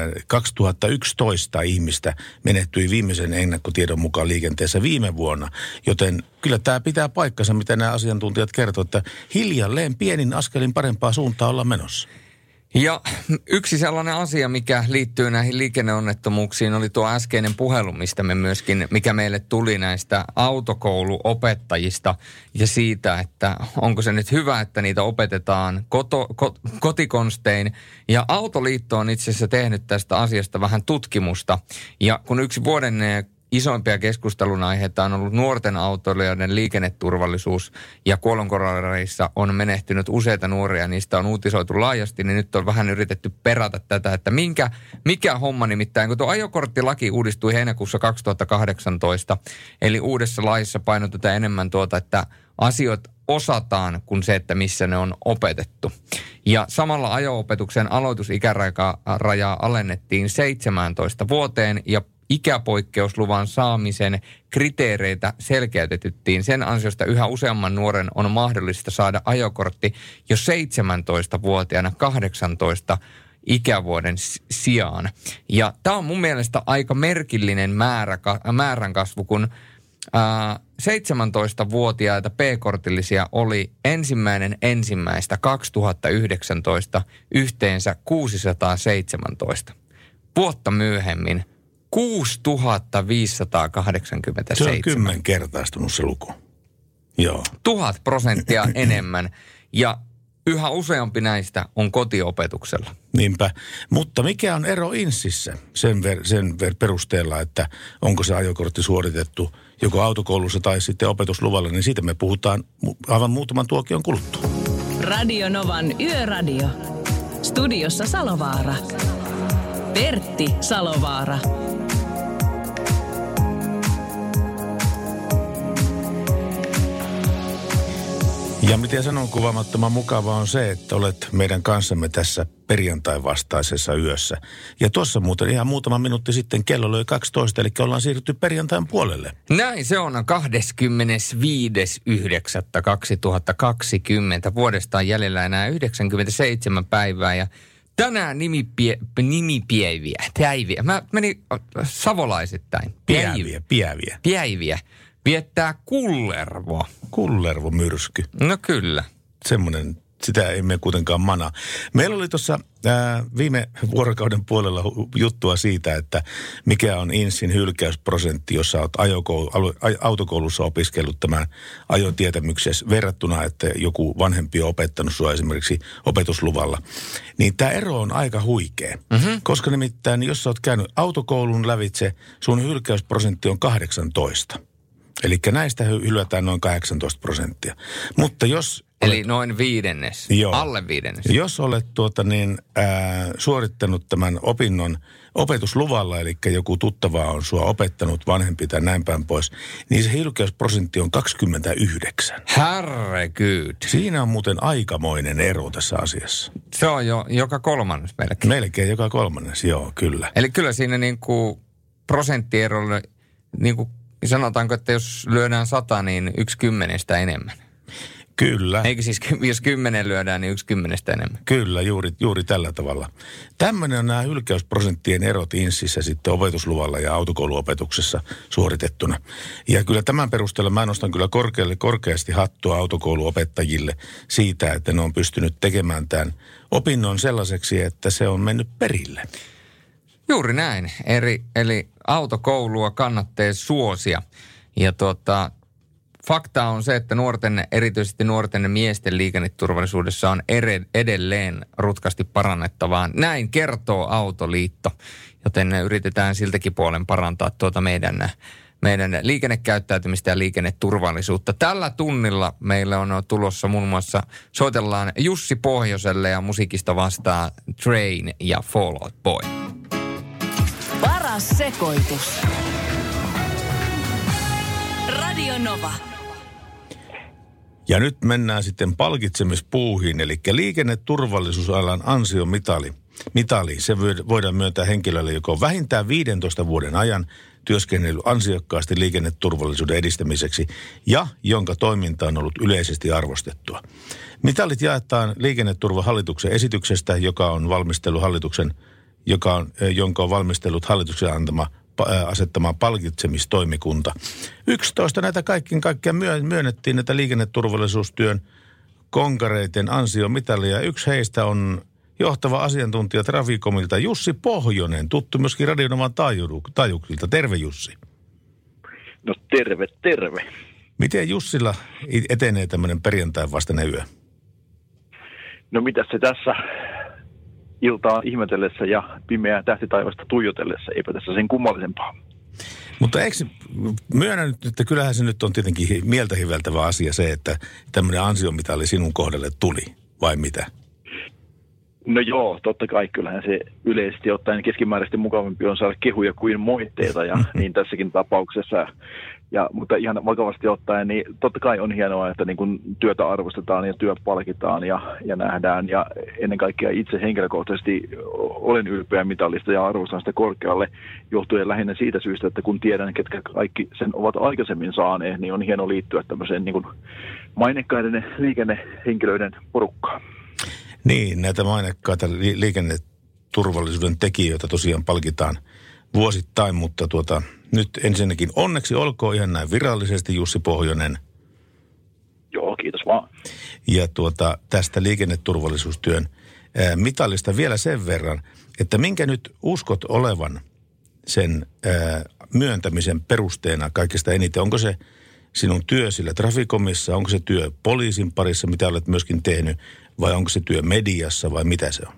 2011 ihmistä menehtyi viimeisen ennakkotiedon mukaan liikenteessä viime vuonna. Joten kyllä tämä pitää paikkansa, mitä nämä asiantuntijat kertovat, että hiljalleen pienin askelin parempaa suuntaa olla menossa. Ja yksi sellainen asia, mikä liittyy näihin liikenneonnettomuuksiin, oli tuo äskeinen puhelu, mikä meille tuli näistä autokouluopettajista ja siitä, että onko se nyt hyvä, että niitä opetetaan kotikonstein. Ja Autoliitto on itse asiassa tehnyt tästä asiasta vähän tutkimusta. Ja kun yksi vuoden isoimpia keskustelun aiheita on ollut nuorten autoilijoiden liikenneturvallisuus ja kuolonkolareissa on menehtynyt useita nuoria, niistä on uutisoitu laajasti, niin nyt on vähän yritetty perata tätä, että mikä homma nimittäin, kun tuo ajokorttilaki uudistui heinäkuussa 2018, eli uudessa laissa painotetaan enemmän että asiat osataan kuin se, että missä ne on opetettu. Ja samalla ajo-opetuksen aloitusikärajaa alennettiin 17 vuoteen ja ikäpoikkeusluvan saamisen kriteereitä selkeytettiin. Sen ansiosta yhä useamman nuoren on mahdollista saada ajokortti jo 17-vuotiaana 18 ikävuoden sijaan. Ja tämä on mun mielestä aika merkillinen määrän kasvu, kun 17-vuotiaita P-kortillisia oli 1.1.2019 yhteensä 617. Vuotta myöhemmin 6587. Se on 10-kertaistunut se luku. Joo. 1000% enemmän ja yhä useampi näistä on kotiopetuksella. Niinpä. Mutta mikä on ero INSissä sen perusteella, että onko se ajokortti suoritettu joko autokoulussa tai sitten opetusluvalla, niin siitä me puhutaan aivan muutaman tuokion kuluttua. Radio Novan Yöradio. Studiossa Salovaara. Pertti Salovaara. Ja miten sanon kuvaamattoman mukavaa on se, että olet meidän kanssamme tässä perjantain vastaisessa yössä. Ja tuossa muuten ihan muutama minuutti sitten kello löi 12, eli ollaan siirrytty perjantain puolelle. Näin se on 25.9.2020. Vuodesta on jäljellä enää 97 päivää ja tänään päiviä. Mä menin savolaisittain. Päiviä. Viettää Kullervo. Kullervo-myrsky. No kyllä. Semmoinen, sitä emme kuitenkaan manaa. Meillä oli tuossa viime vuorokauden puolella juttua siitä, että mikä on INSin hylkäysprosentti, jos sä oot autokoulussa opiskellut tämän ajotietämyksessä verrattuna, että joku vanhempi on opettanut sua esimerkiksi opetusluvalla. Niin tämä ero on aika huikea, koska nimittäin jos sä oot käynyt autokoulun lävitse, sun hylkäysprosentti on 18. Eli näistä hylätään noin 18%. Mutta jos... Eli noin viidennes, joo, alle viidennes. Jos olet suorittanut tämän opinnon opetusluvalla, eli joku tuttava on sua opettanut, vanhempi tai näin päin pois, niin se hylkäysprosentti on 29. Herregud. Siinä on muuten aikamoinen ero tässä asiassa. Se on jo joka kolmannes melkein. Melkein joka kolmannes, joo, kyllä. Eli kyllä siinä niinku prosenttierolle niinku sanotaanko, että jos lyödään 100, niin 1/10 enemmän. Kyllä. Eikö siis, jos 10 lyödään, niin 1/10 enemmän? Kyllä, juuri tällä tavalla. Tämmöinen on nämä hylkäysprosenttien erot INSissä sitten opetusluvalla ja autokouluopetuksessa suoritettuna. Ja kyllä tämän perusteella mä nostan kyllä korkeasti hattua autokouluopettajille siitä, että ne on pystynyt tekemään tämän opinnon sellaiseksi, että se on mennyt perille. Juuri näin. Eli autokoulua kannattaa suosia. Ja fakta on se, että erityisesti nuorten miesten liikenneturvallisuudessa on edelleen rutkasti parannettavaa. Näin kertoo Autoliitto, joten yritetään siltäkin puolen parantaa meidän liikennekäyttäytymistä ja liikenneturvallisuutta. Tällä tunnilla meillä on tulossa muun muassa, soitellaan Jussi Pohjoselle ja musiikista vastaa Train ja Fall Out Boy. Paras sekoitus. Radio Nova. Ja nyt mennään sitten palkitsemispuuhiin, eli liikenneturvallisuusalan ansiomitali. Se voidaan myöntää henkilölle, joka on vähintään 15 vuoden ajan työskennellyt ansiokkaasti liikenneturvallisuuden edistämiseksi ja jonka toiminta on ollut yleisesti arvostettua. Mitalit jaetaan liikenneturvahallituksen esityksestä, jonka on valmistellut hallituksen asettama palkitsemistoimikunta. 11 näitä kaikkiaan myönnettiin näitä liikenneturvallisuustyön konkareiden ansiomitalia. Yksi heistä on johtava asiantuntija Traficomilta Jussi Pohjonen, tuttu myöskin Radio Novan taajuuksilta. Terve Jussi. No terve. Miten Jussilla etenee tämmöinen perjantain vastainen yö? No mitä se tässä iltaa ihmetellessä ja pimeää tähtitaivasta tuijotellessa, eipä tässä sen kummallisempaa. Mutta eikö myönnä nyt, että kyllähän se nyt on tietenkin mieltä hiveltävä asia se, että tämmöinen ansiomitali sinun kohdalle tuli, vai mitä? No joo, totta kai kyllähän se yleisesti ottaen keskimääräisesti mukavampi on saada kehuja kuin moitteita ja niin tässäkin tapauksessa. Mutta ihan vakavasti ottaen, niin totta kai on hienoa, että niin kun työtä arvostetaan ja työ palkitaan ja nähdään. Ja ennen kaikkea itse henkilökohtaisesti olen ylpeä mitalista ja arvostan sitä korkealle johtuen lähinnä siitä syystä, että kun tiedän, ketkä kaikki sen ovat aikaisemmin saaneet, niin on hieno liittyä tämmöiseen niin kun mainekkaiden liikennehenkilöiden porukkaan. Niin, näitä mainekkaita liikenneturvallisuuden tekijöitä tosiaan palkitaan vuosittain, mutta nyt ensinnäkin onneksi olkoon ihan näin virallisesti Jussi Pohjonen. Joo, kiitos vaan. Ja tästä liikenneturvallisuustyön mitalista vielä sen verran, että minkä nyt uskot olevan sen myöntämisen perusteena kaikista eniten? Onko se sinun työ sillä Traficomissa, onko se työ poliisin parissa, mitä olet myöskin tehnyt, vai onko se työ mediassa vai mitä se on?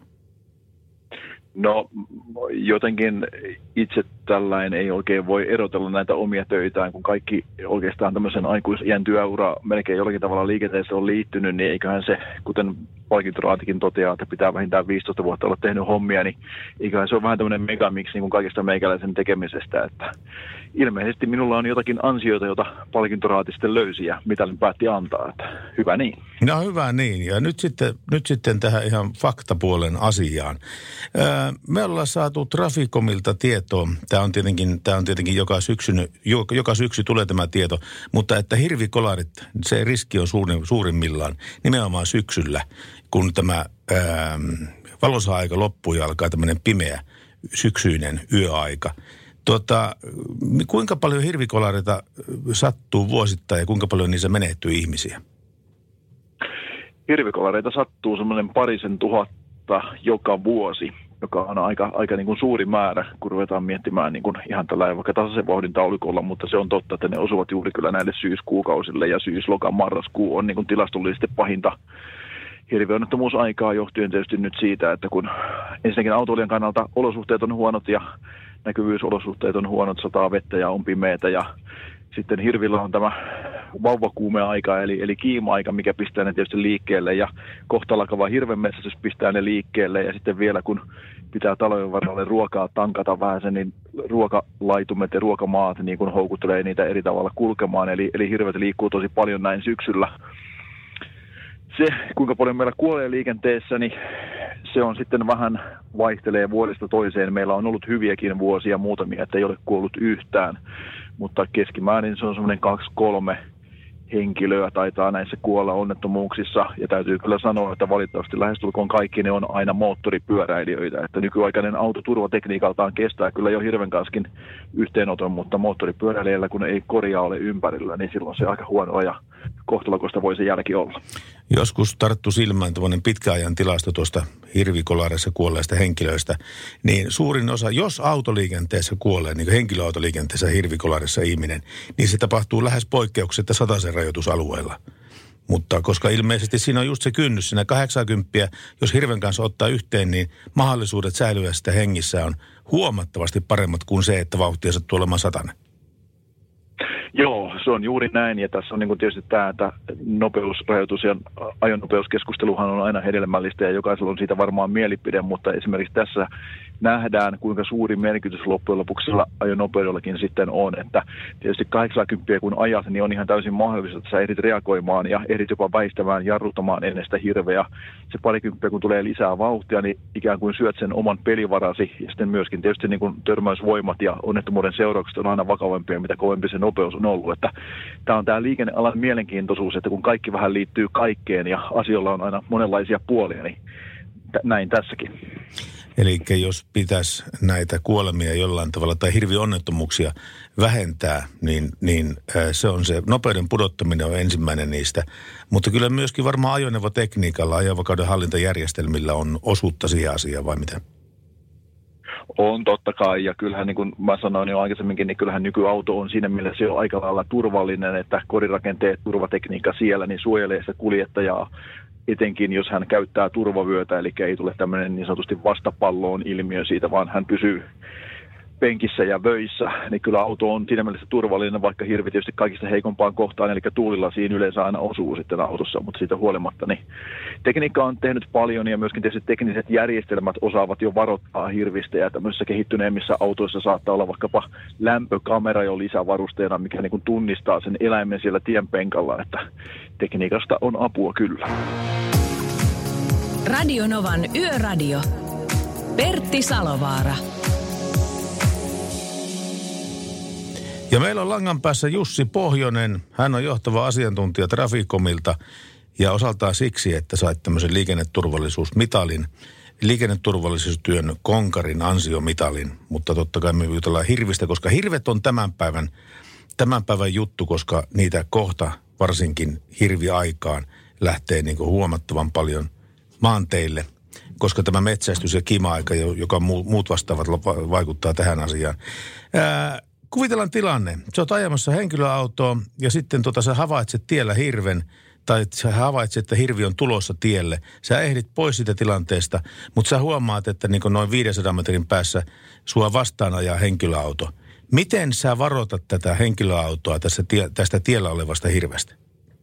No jotenkin itse tällainen ei oikein voi erotella näitä omia töitään, kun kaikki oikeastaan tämmöisen aikuisiän työura melkein jollakin tavalla liikenteessä on liittynyt, niin eiköhän se, kuten palkintoraatikin toteaa, että pitää vähintään 15 vuotta olla tehnyt hommia, niin eiköhän se ole vähän tämmöinen megamix niin kuin kaikesta meikäläisen tekemisestä, että ilmeisesti minulla on jotakin ansioita, jota palkintoraati sitten löysi ja mitalin päätti antaa, että hyvä niin. No hyvä niin, ja nyt sitten tähän ihan faktapuolen asiaan. Me ollaan saatu Traficomilta tietoa, tämä on tietenkin joka syksy tulee tämä tieto, mutta että hirvikolarit, se riski on suurimmillaan nimenomaan syksyllä, kun tämä valoisa aika loppuu ja alkaa tämmöinen pimeä syksyinen yöaika. Kuinka paljon hirvikolareita sattuu vuosittain ja kuinka paljon niissä menehtyy ihmisiä? Hirvikolareita sattuu semmoinen 2,000 joka vuosi, joka on aika niin kuin suuri määrä, kun ruvetaan miettimään niin kuin ihan tällä vaikka tasaisen vauhdin taulukolla, mutta se on totta, että ne osuvat juuri kyllä näille syyskuukausille ja marraskuu on niin kuin tilastollisesti pahinta hirvionnettomuusaikaa johtuen tietysti nyt siitä, että kun ensinnäkin autoilijan kannalta olosuhteet on huonot ja näkyvyysolosuhteet on huonot, sataa vettä ja on pimeätä ja sitten hirvillä on tämä vauvakuume-aika eli kiima-aika, mikä pistää ne tietysti liikkeelle ja kohta alkava hirvenmetsästys pistää ne liikkeelle ja sitten vielä kun pitää talojen varalle ruokaa tankata vähän sen, niin ruokalaitumet ja ruokamaat niin kun houkuttelee niitä eri tavalla kulkemaan eli hirvet liikkuu tosi paljon näin syksyllä. Se, kuinka paljon meillä kuolee liikenteessä, niin se on sitten vähän vaihtelee vuodesta toiseen. Meillä on ollut hyviäkin vuosia muutamia, että ei ole kuollut yhtään, mutta keskimäärin se on semmoinen 2-3 henkilöä taitaa näissä kuolla onnettomuuksissa. Ja täytyy kyllä sanoa, että valitettavasti lähestulkoon kaikki ne on aina moottoripyöräilijöitä. Että nykyaikainen autoturvatekniikaltaan kestää kyllä jo hirven kanssakin yhteenoton, mutta moottoripyöräilijällä kun ei korjaa ole ympärillä, niin silloin se aika huonoa ja kohtalokosta voi se jälki olla. Joskus tarttu silmään tämmöinen pitkäajan tilasto tuosta hirvikolareissa kuolleista henkilöistä, niin suurin osa, jos autoliikenteessä kuolee, niin kuin henkilöautoliikenteessä hirvikolarissa ihminen, niin se tapahtuu lähes poikkeuksetta 100 rajoitusalueella. Mutta koska ilmeisesti siinä on just se kynnys, siinä 80, jos hirven kanssa ottaa yhteen, niin mahdollisuudet säilyä sitä hengissä on huomattavasti paremmat kuin se, että vauhtia sattuu olemaan 100. Joo, se on juuri näin ja tässä on niin kuin tietysti tämä, että nopeusrajoitus ja ajonopeuskeskusteluhan on aina hedelmällistä ja jokaisella on siitä varmaan mielipide, mutta esimerkiksi tässä nähdään, kuinka suuri merkitys loppujen lopuksi ajonopeudellakin sitten on, että tietysti 80 kun ajat, niin on ihan täysin mahdollista, että sä ehdit reagoimaan ja ehdit jopa väistämään, jarruttamaan ennen sitä hirveä. Se 20 kun tulee lisää vauhtia, niin ikään kuin syöt sen oman pelivarasi ja sitten myöskin tietysti niin kuin törmäysvoimat ja onnettomuuden seuraukset on aina vakavampia, mitä kovempi se nopeus on ollut. Että tämä on tämä liikennealan mielenkiintoisuus, että kun kaikki vähän liittyy kaikkeen ja asioilla on aina monenlaisia puolia, niin näin tässäkin. Eli jos pitäisi näitä kuolemia jollain tavalla tai hirvionnettomuuksia vähentää, niin se on se nopeuden pudottaminen on ensimmäinen niistä. Mutta kyllä myöskin varmaan ajoneuvotekniikalla, ajoneuvokauden hallintajärjestelmillä on osuutta siihen asiaan vai mitä? On totta kai ja kyllähän niin kuin mä sanoin jo aikaisemminkin, niin kyllähän nykyauto on siinä mielessä jo aika lailla turvallinen, että korirakenteet, turvatekniikka siellä niin suojelee sitä kuljettajaa. Etenkin jos hän käyttää turvavyötä, eli ei tule tämmöinen niin sanotusti vastapalloon ilmiö siitä, vaan hän pysyy penkissä ja vöissä, niin kyllä auto on siinä mielessä turvallinen, vaikka hirvi tietysti kaikista heikompaan kohtaan, eli tuulilla siinä yleensä aina osuu sitten autossa, mutta siitä huolimatta, niin tekniikka on tehnyt paljon ja myöskin tietysti tekniset järjestelmät osaavat jo varoittaa hirvistä ja tämmöisissä kehittyneemmissä autoissa saattaa olla vaikkapa lämpökamera jo lisävarusteena, mikä niin kuin tunnistaa sen eläimen siellä tienpenkalla, että tekniikasta on apua kyllä. Radio Novan Yöradio. Pertti Salovaara. Ja meillä on langan päässä Jussi Pohjonen. Hän on johtava asiantuntija Traficomilta ja osaltaan siksi, että sait tämmöisen liikenneturvallisuusmitalin. liikenneturvallisuustyön konkarin ansiomitalin, mutta totta kai me jutellaan hirvistä, koska hirvet on tämän päivän juttu, koska niitä kohta varsinkin hirviaikaan lähtee niin kuin huomattavan paljon maanteille, koska tämä metsästys ja kima-aika, joka muut vastaavat vaikuttaa tähän asiaan. Kuvitellaan tilanne. Sä oot ajamassa henkilöautoa ja sitten sä havaitset tiellä hirven, tai sä havaitset, että hirvi on tulossa tielle. Sä ehdit pois siitä tilanteesta, mutta sä huomaat, että niin kuin noin 500 metrin päässä sua vastaan ajaa henkilöauto. Miten sä varoitat tätä henkilöautoa tästä tiellä olevasta hirvestä?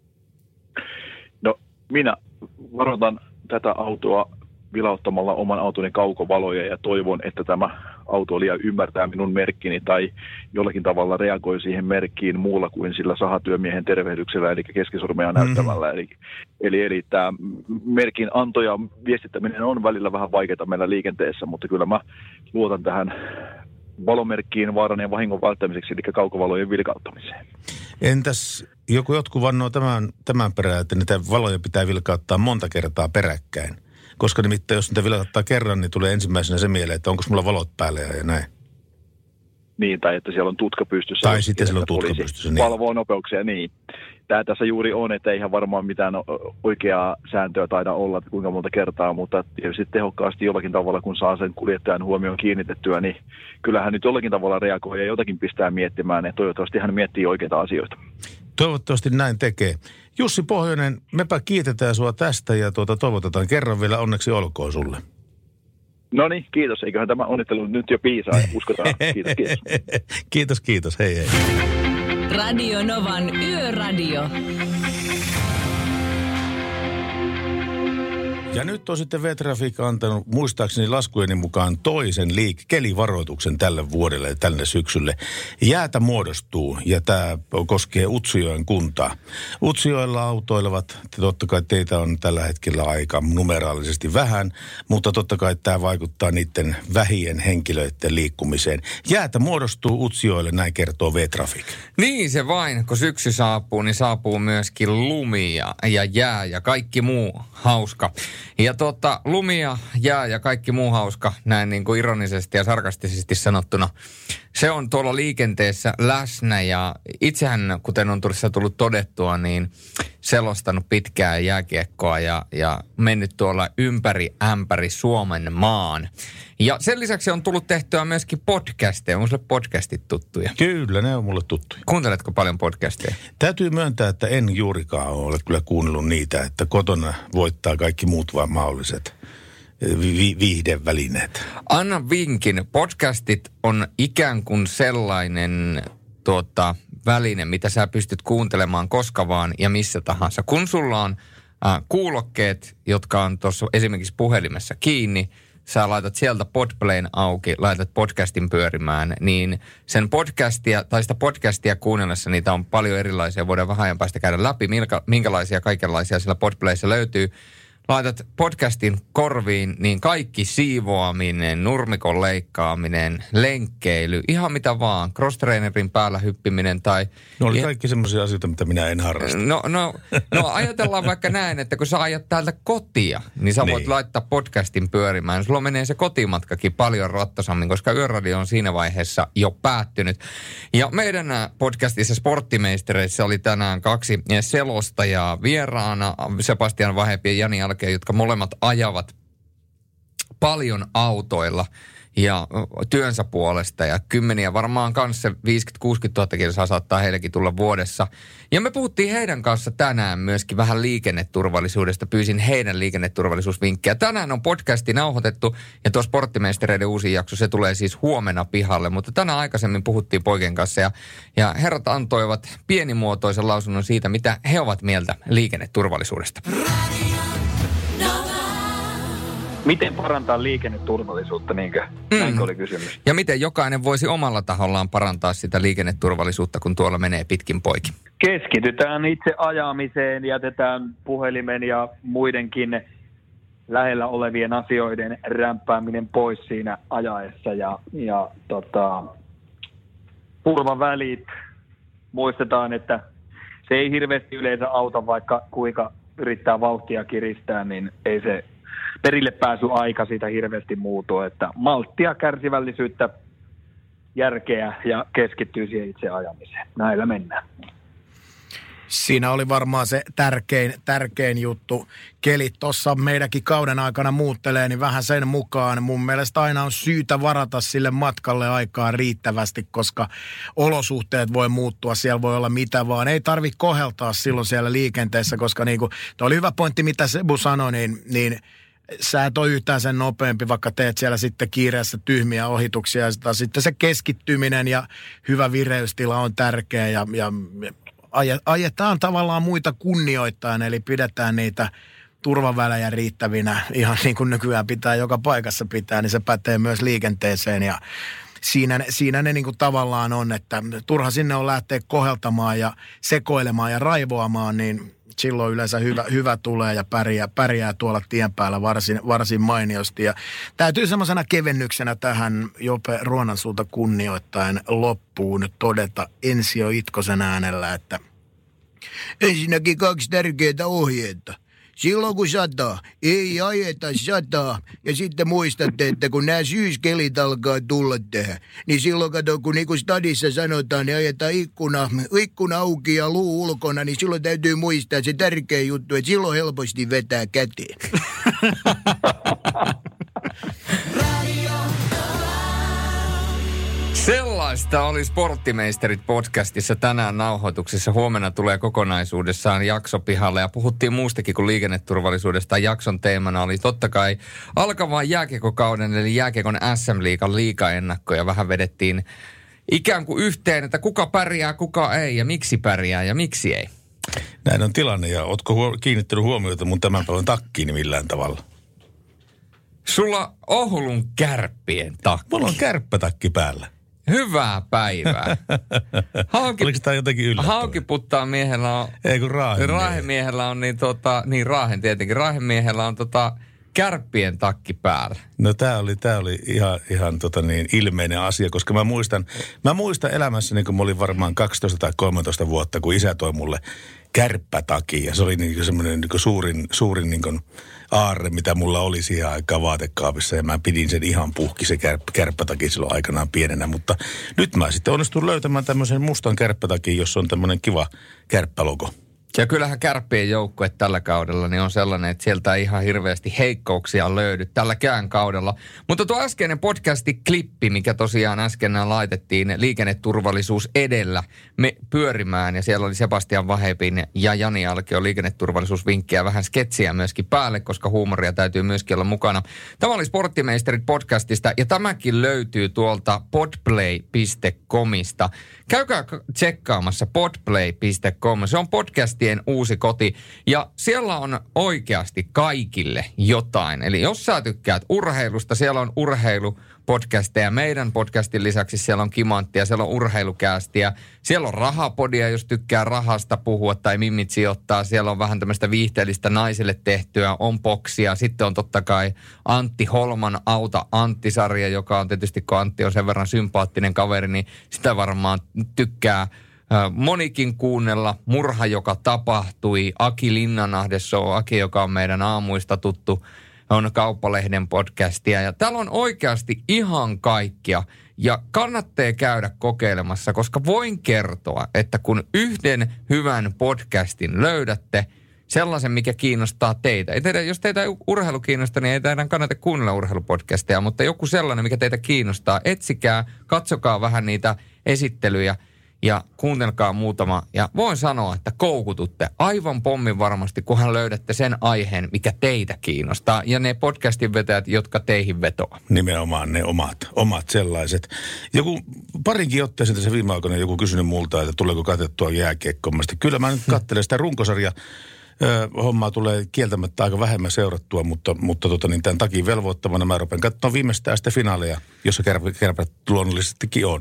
No, minä varoitan tätä autoa vilauttamalla oman autoni kaukovaloja ja toivon, että tämä autoilija ymmärtää minun merkkini tai jollakin tavalla reagoi siihen merkkiin muulla kuin sillä sahatyömiehen tervehdyksellä, eli keskisormea näyttämällä. Eli tämä merkin anto ja viestittäminen on välillä vähän vaikeaa meillä liikenteessä, mutta kyllä mä luotan tähän valomerkkiin vaaran ja vahingon välttämiseksi, eli kaukovalojen vilkauttamiseen. Entäs jotkut vannoo tämän perään, että niitä valoja pitää vilkauttaa monta kertaa peräkkäin? Koska nimittäin, jos niitä vilkauttaa kerran, niin tulee ensimmäisenä se mieleen, että onko mulla valot päällä ja näin. Niin, tai että siellä on tutka pystyssä. Tai sitten siellä on tutka pystyssä, niin. Valvoo nopeuksia, niin. Tämä tässä juuri on, että eihän varmaan mitään oikeaa sääntöä taida olla, että kuinka monta kertaa, mutta tietysti tehokkaasti jollakin tavalla, kun saa sen kuljettajan huomioon kiinnitettyä, niin kyllähän nyt jollakin tavalla reagoi ja jotakin pistää miettimään, ja toivottavasti hän miettii oikeita asioita. Toivottavasti näin tekee. Jussi Pohjonen, mepä kiitetään sua tästä ja toivotetaan kerran vielä onneksi olkoon sulle. No niin, kiitos. Eiköhän tämä onnittelu nyt jo piisaa ja uskotaan. Kiitos. Kiitos. Hei. Radio Novan Yöradio. Ja nyt on sitten V-Traffic antanut muistaakseni laskujeni mukaan toisen kelivaroituksen tälle vuodelle ja tälle syksylle. Jäätä muodostuu ja tämä koskee Utsjoen kuntaa. Utsjoella autoilevat, totta kai teitä on tällä hetkellä aika numeraalisesti vähän, mutta totta kai tämä vaikuttaa niiden vähien henkilöiden liikkumiseen. Jäätä muodostuu Utsjoelle, näin kertoo V-Traffic. Niin se vain, kun syksy saapuu, niin saapuu myöskin lumi ja jää ja kaikki muu hauska. Ja lumia, jää ja kaikki muu hauska, näin niin kuin ironisesti ja sarkastisesti sanottuna, se on tuolla liikenteessä läsnä ja itsehän, kuten on tullut todettua, niin selostanut pitkää jääkiekkoa ja mennyt tuolla ympäri Suomen maan. Ja sen lisäksi on tullut tehtyä myöskin podcasteja. On sulle podcastit tuttuja? Kyllä, ne on mulle tuttuja. Kuunteletko paljon podcasteja? Täytyy myöntää, että en juurikaan ole kyllä kuunnellut niitä, että kotona voittaa kaikki muut vaan mahdolliset viihdevälineet. Anna vinkin. Podcastit on ikään kuin sellainen väline, mitä sä pystyt kuuntelemaan koska vaan ja missä tahansa. Kun sulla on kuulokkeet, jotka on tuossa esimerkiksi puhelimessa kiinni, sä laitat sieltä Podplayn auki, laitat podcastin pyörimään, niin sen sitä podcastia kuunnellessa niitä on paljon erilaisia. Voidaan vähän ajan päästä käydä läpi, minkälaisia kaikenlaisia siellä Podplayssa löytyy. Laitat podcastin korviin, niin kaikki siivoaminen, nurmikon leikkaaminen, lenkkeily, ihan mitä vaan, cross-trainerin päällä hyppiminen tai... No oli kaikki semmoisia asioita, mitä minä en harrasta. No ajatellaan vaikka näin, että kun sä ajat täältä kotia, niin sä voit laittaa podcastin pyörimään. Sulla menee se kotimatkakin paljon rattosammin, koska Yöradio on siinä vaiheessa jo päättynyt. Ja meidän podcastissa Sporttimeistereissä oli tänään 2 selostajaa vieraana, Sebastian Vahempi ja Jani Alke, jotka molemmat ajavat paljon autoilla ja työnsä puolesta ja kymmeniä, varmaan kanssa 50-60 000 kilsaa saattaa heillekin tulla vuodessa. Ja me puhuttiin heidän kanssa tänään myöskin vähän liikenneturvallisuudesta, pyysin heidän liikenneturvallisuusvinkkejä. Tänään on podcasti nauhoitettu ja tuo Sporttimeistereiden uusi jakso, se tulee siis huomenna pihalle, mutta tänään aikaisemmin puhuttiin poikien kanssa ja herrat antoivat pienimuotoisen lausunnon siitä, mitä he ovat mieltä liikenneturvallisuudesta. Miten parantaa liikenneturvallisuutta, niinkö? Näinkö oli kysymys? Ja miten jokainen voisi omalla tahollaan parantaa sitä liikenneturvallisuutta, kun tuolla menee pitkin poikin? Keskitytään itse ajamiseen, jätetään puhelimen ja muidenkin lähellä olevien asioiden rämpääminen pois siinä ajaessa ja turvavälit. Muistetaan, että se ei hirveästi yleensä auta, vaikka kuinka yrittää vauhtia kiristää, niin ei se perille pääsy aika siitä hirveästi muutu, että malttia, kärsivällisyyttä, järkeä ja keskittyy siihen itse ajamiseen. Näillä mennään. Siinä oli varmaan se tärkein juttu. Kelit tuossa meidänkin kauden aikana muuttelee, niin vähän sen mukaan. Mun mielestä aina on syytä varata sille matkalle aikaa riittävästi, koska olosuhteet voi muuttua. Siellä voi olla mitä vaan. Ei tarvitse koheltaa silloin siellä liikenteessä, koska niinku, toi oli hyvä pointti, mitä Sebu sanoi, niin sä et ole yhtään sen nopeampi, vaikka teet siellä sitten kiireessä tyhmiä ohituksia. Ja sitten se keskittyminen ja hyvä vireystila on tärkeä ja ajetaan tavallaan muita kunnioittain, eli pidetään niitä turvavälejä riittävinä, ihan niin kuin nykyään pitää joka paikassa pitää, niin se pätee myös liikenteeseen ja siinä ne niin kuin tavallaan on, että turha sinne on lähteä koheltamaan ja sekoilemaan ja raivoamaan, niin silloin yleensä hyvä tulee ja pärjää tuolla tien päällä varsin mainiosti. Ja täytyy semmoisena kevennyksenä tähän Jope Ruonansuuta kunnioittaen loppuun todeta Ensio Itkosen äänellä, että ensinnäkin 2 tärkeää ohjeita. Silloin kun sataa, ei ajeta sataa. Ja sitten muistatte, että kun nämä syyskelit alkaa tulla tähän, niin silloin kato, kun niin kuin stadissa sanotaan, niin ajetaan ikkuna auki ja luu ulkona, niin silloin täytyy muistaa se tärkeä juttu, että silloin helposti vetää käteen. Sellaista oli Sporttimeisterit podcastissa tänään nauhoituksessa. Huomenna tulee kokonaisuudessaan jakso pihalle ja puhuttiin muustakin kuin liikenneturvallisuudesta. Jakson teemana oli totta kai alkavan jääkiekokauden eli jääkiekon SM-liigan liigaennakkoja. Vähän vedettiin ikään kuin yhteen, että kuka pärjää, kuka ei ja miksi pärjää ja miksi ei. Näin on tilanne ja ootko kiinnittänyt huomiota mun tämän päivän takkiin millään tavalla? Sulla Oulun Kärppien takki. Mulla on kärppätakki päällä. Hyvää päivää. Oliko tämä jotenkin yllättävää? Haukiputtaa miehellä on... Ei kun Raahen miehellä on niin Raahen tietenkin. Raahen miehellä on Kärppien takki päällä. No tää oli ihan ilmeinen asia, koska mä muistan elämässäni, kun mä olin varmaan 12 tai 13 vuotta, kun isä toi mulle kärppätaki. Ja se oli niin semmoinen niin suurin niin aarre, mitä mulla oli siihen aikaan vaatekaapissa. Ja mä pidin sen ihan puhki, se kärppätaki silloin aikanaan pienenä. Mutta nyt mä sitten onnistun löytämään tämmöisen mustan kärppätakin, jossa on tämmöinen kiva kärppälogo. Ja kyllähän Kärppien joukkue tällä kaudella niin on sellainen, että sieltä ei ihan hirveästi heikkouksia löydy tälläkään kaudella. Mutta tuo äskeinen podcasti-klippi, mikä tosiaan äsken laitettiin liikenneturvallisuus edellä me pyörimään. Ja siellä oli Sebastian Vahepin ja Jani Alkio liikenneturvallisuusvinkkiä, vähän sketsiä myöskin päälle, koska huumoria täytyy myöskin olla mukana. Tämä oli Sporttimeisterit podcastista ja tämäkin löytyy tuolta podplay.comista. Käykää tsekkaamassa podplay.com. Se on podcastien uusi koti ja siellä on oikeasti kaikille jotain. Eli jos sä tykkäät urheilusta, siellä on urheilupodcasteja. Meidän podcastin lisäksi siellä on Kimanttia, siellä on urheilukäästiä. Siellä on rahapodia, jos tykkää rahasta puhua tai mimmit sijoittaa. Siellä on vähän tämmöistä viihteellistä naisille tehtyä, on boksia. Sitten on totta kai Antti Holman Auta Antti-sarja, joka on tietysti, kun Antti on sen verran sympaattinen kaveri, niin sitä varmaan tykkää monikin kuunnella. Murha, joka tapahtui. Aki Linnanahde, se on Aki, joka on meidän aamuista tuttu, on Kauppalehden podcastia. Ja täällä on oikeasti ihan kaikkia. Ja kannattaa käydä kokeilemassa, koska voin kertoa, että kun yhden hyvän podcastin löydätte, sellaisen, mikä kiinnostaa teitä. Jos teitä ei urheilu kiinnostaa, niin ei teidän kannata kuunnella urheilupodcasteja, mutta joku sellainen, mikä teitä kiinnostaa, etsikää, katsokaa vähän niitä esittelyjä ja kuunnelkaa muutama. Ja voin sanoa, että koukututte aivan pommin varmasti, kunhan löydätte sen aiheen, mikä teitä kiinnostaa. Ja ne podcastin vetäjät, jotka teihin vetoaa. Nimenomaan ne omat sellaiset. Parinkin otteeseen tässä viime aikoina joku kysynyt multa, että tuleeko katsottua jääkiekkoa. Kyllä mä nyt katselen sitä runkosarja. Hommaa tulee kieltämättä aika vähemmän seurattua, mutta tämän takia velvoittavana mä rupean katsomaan viimeistään sitä finaaleja, jossa kärpät luonnollisestikin on.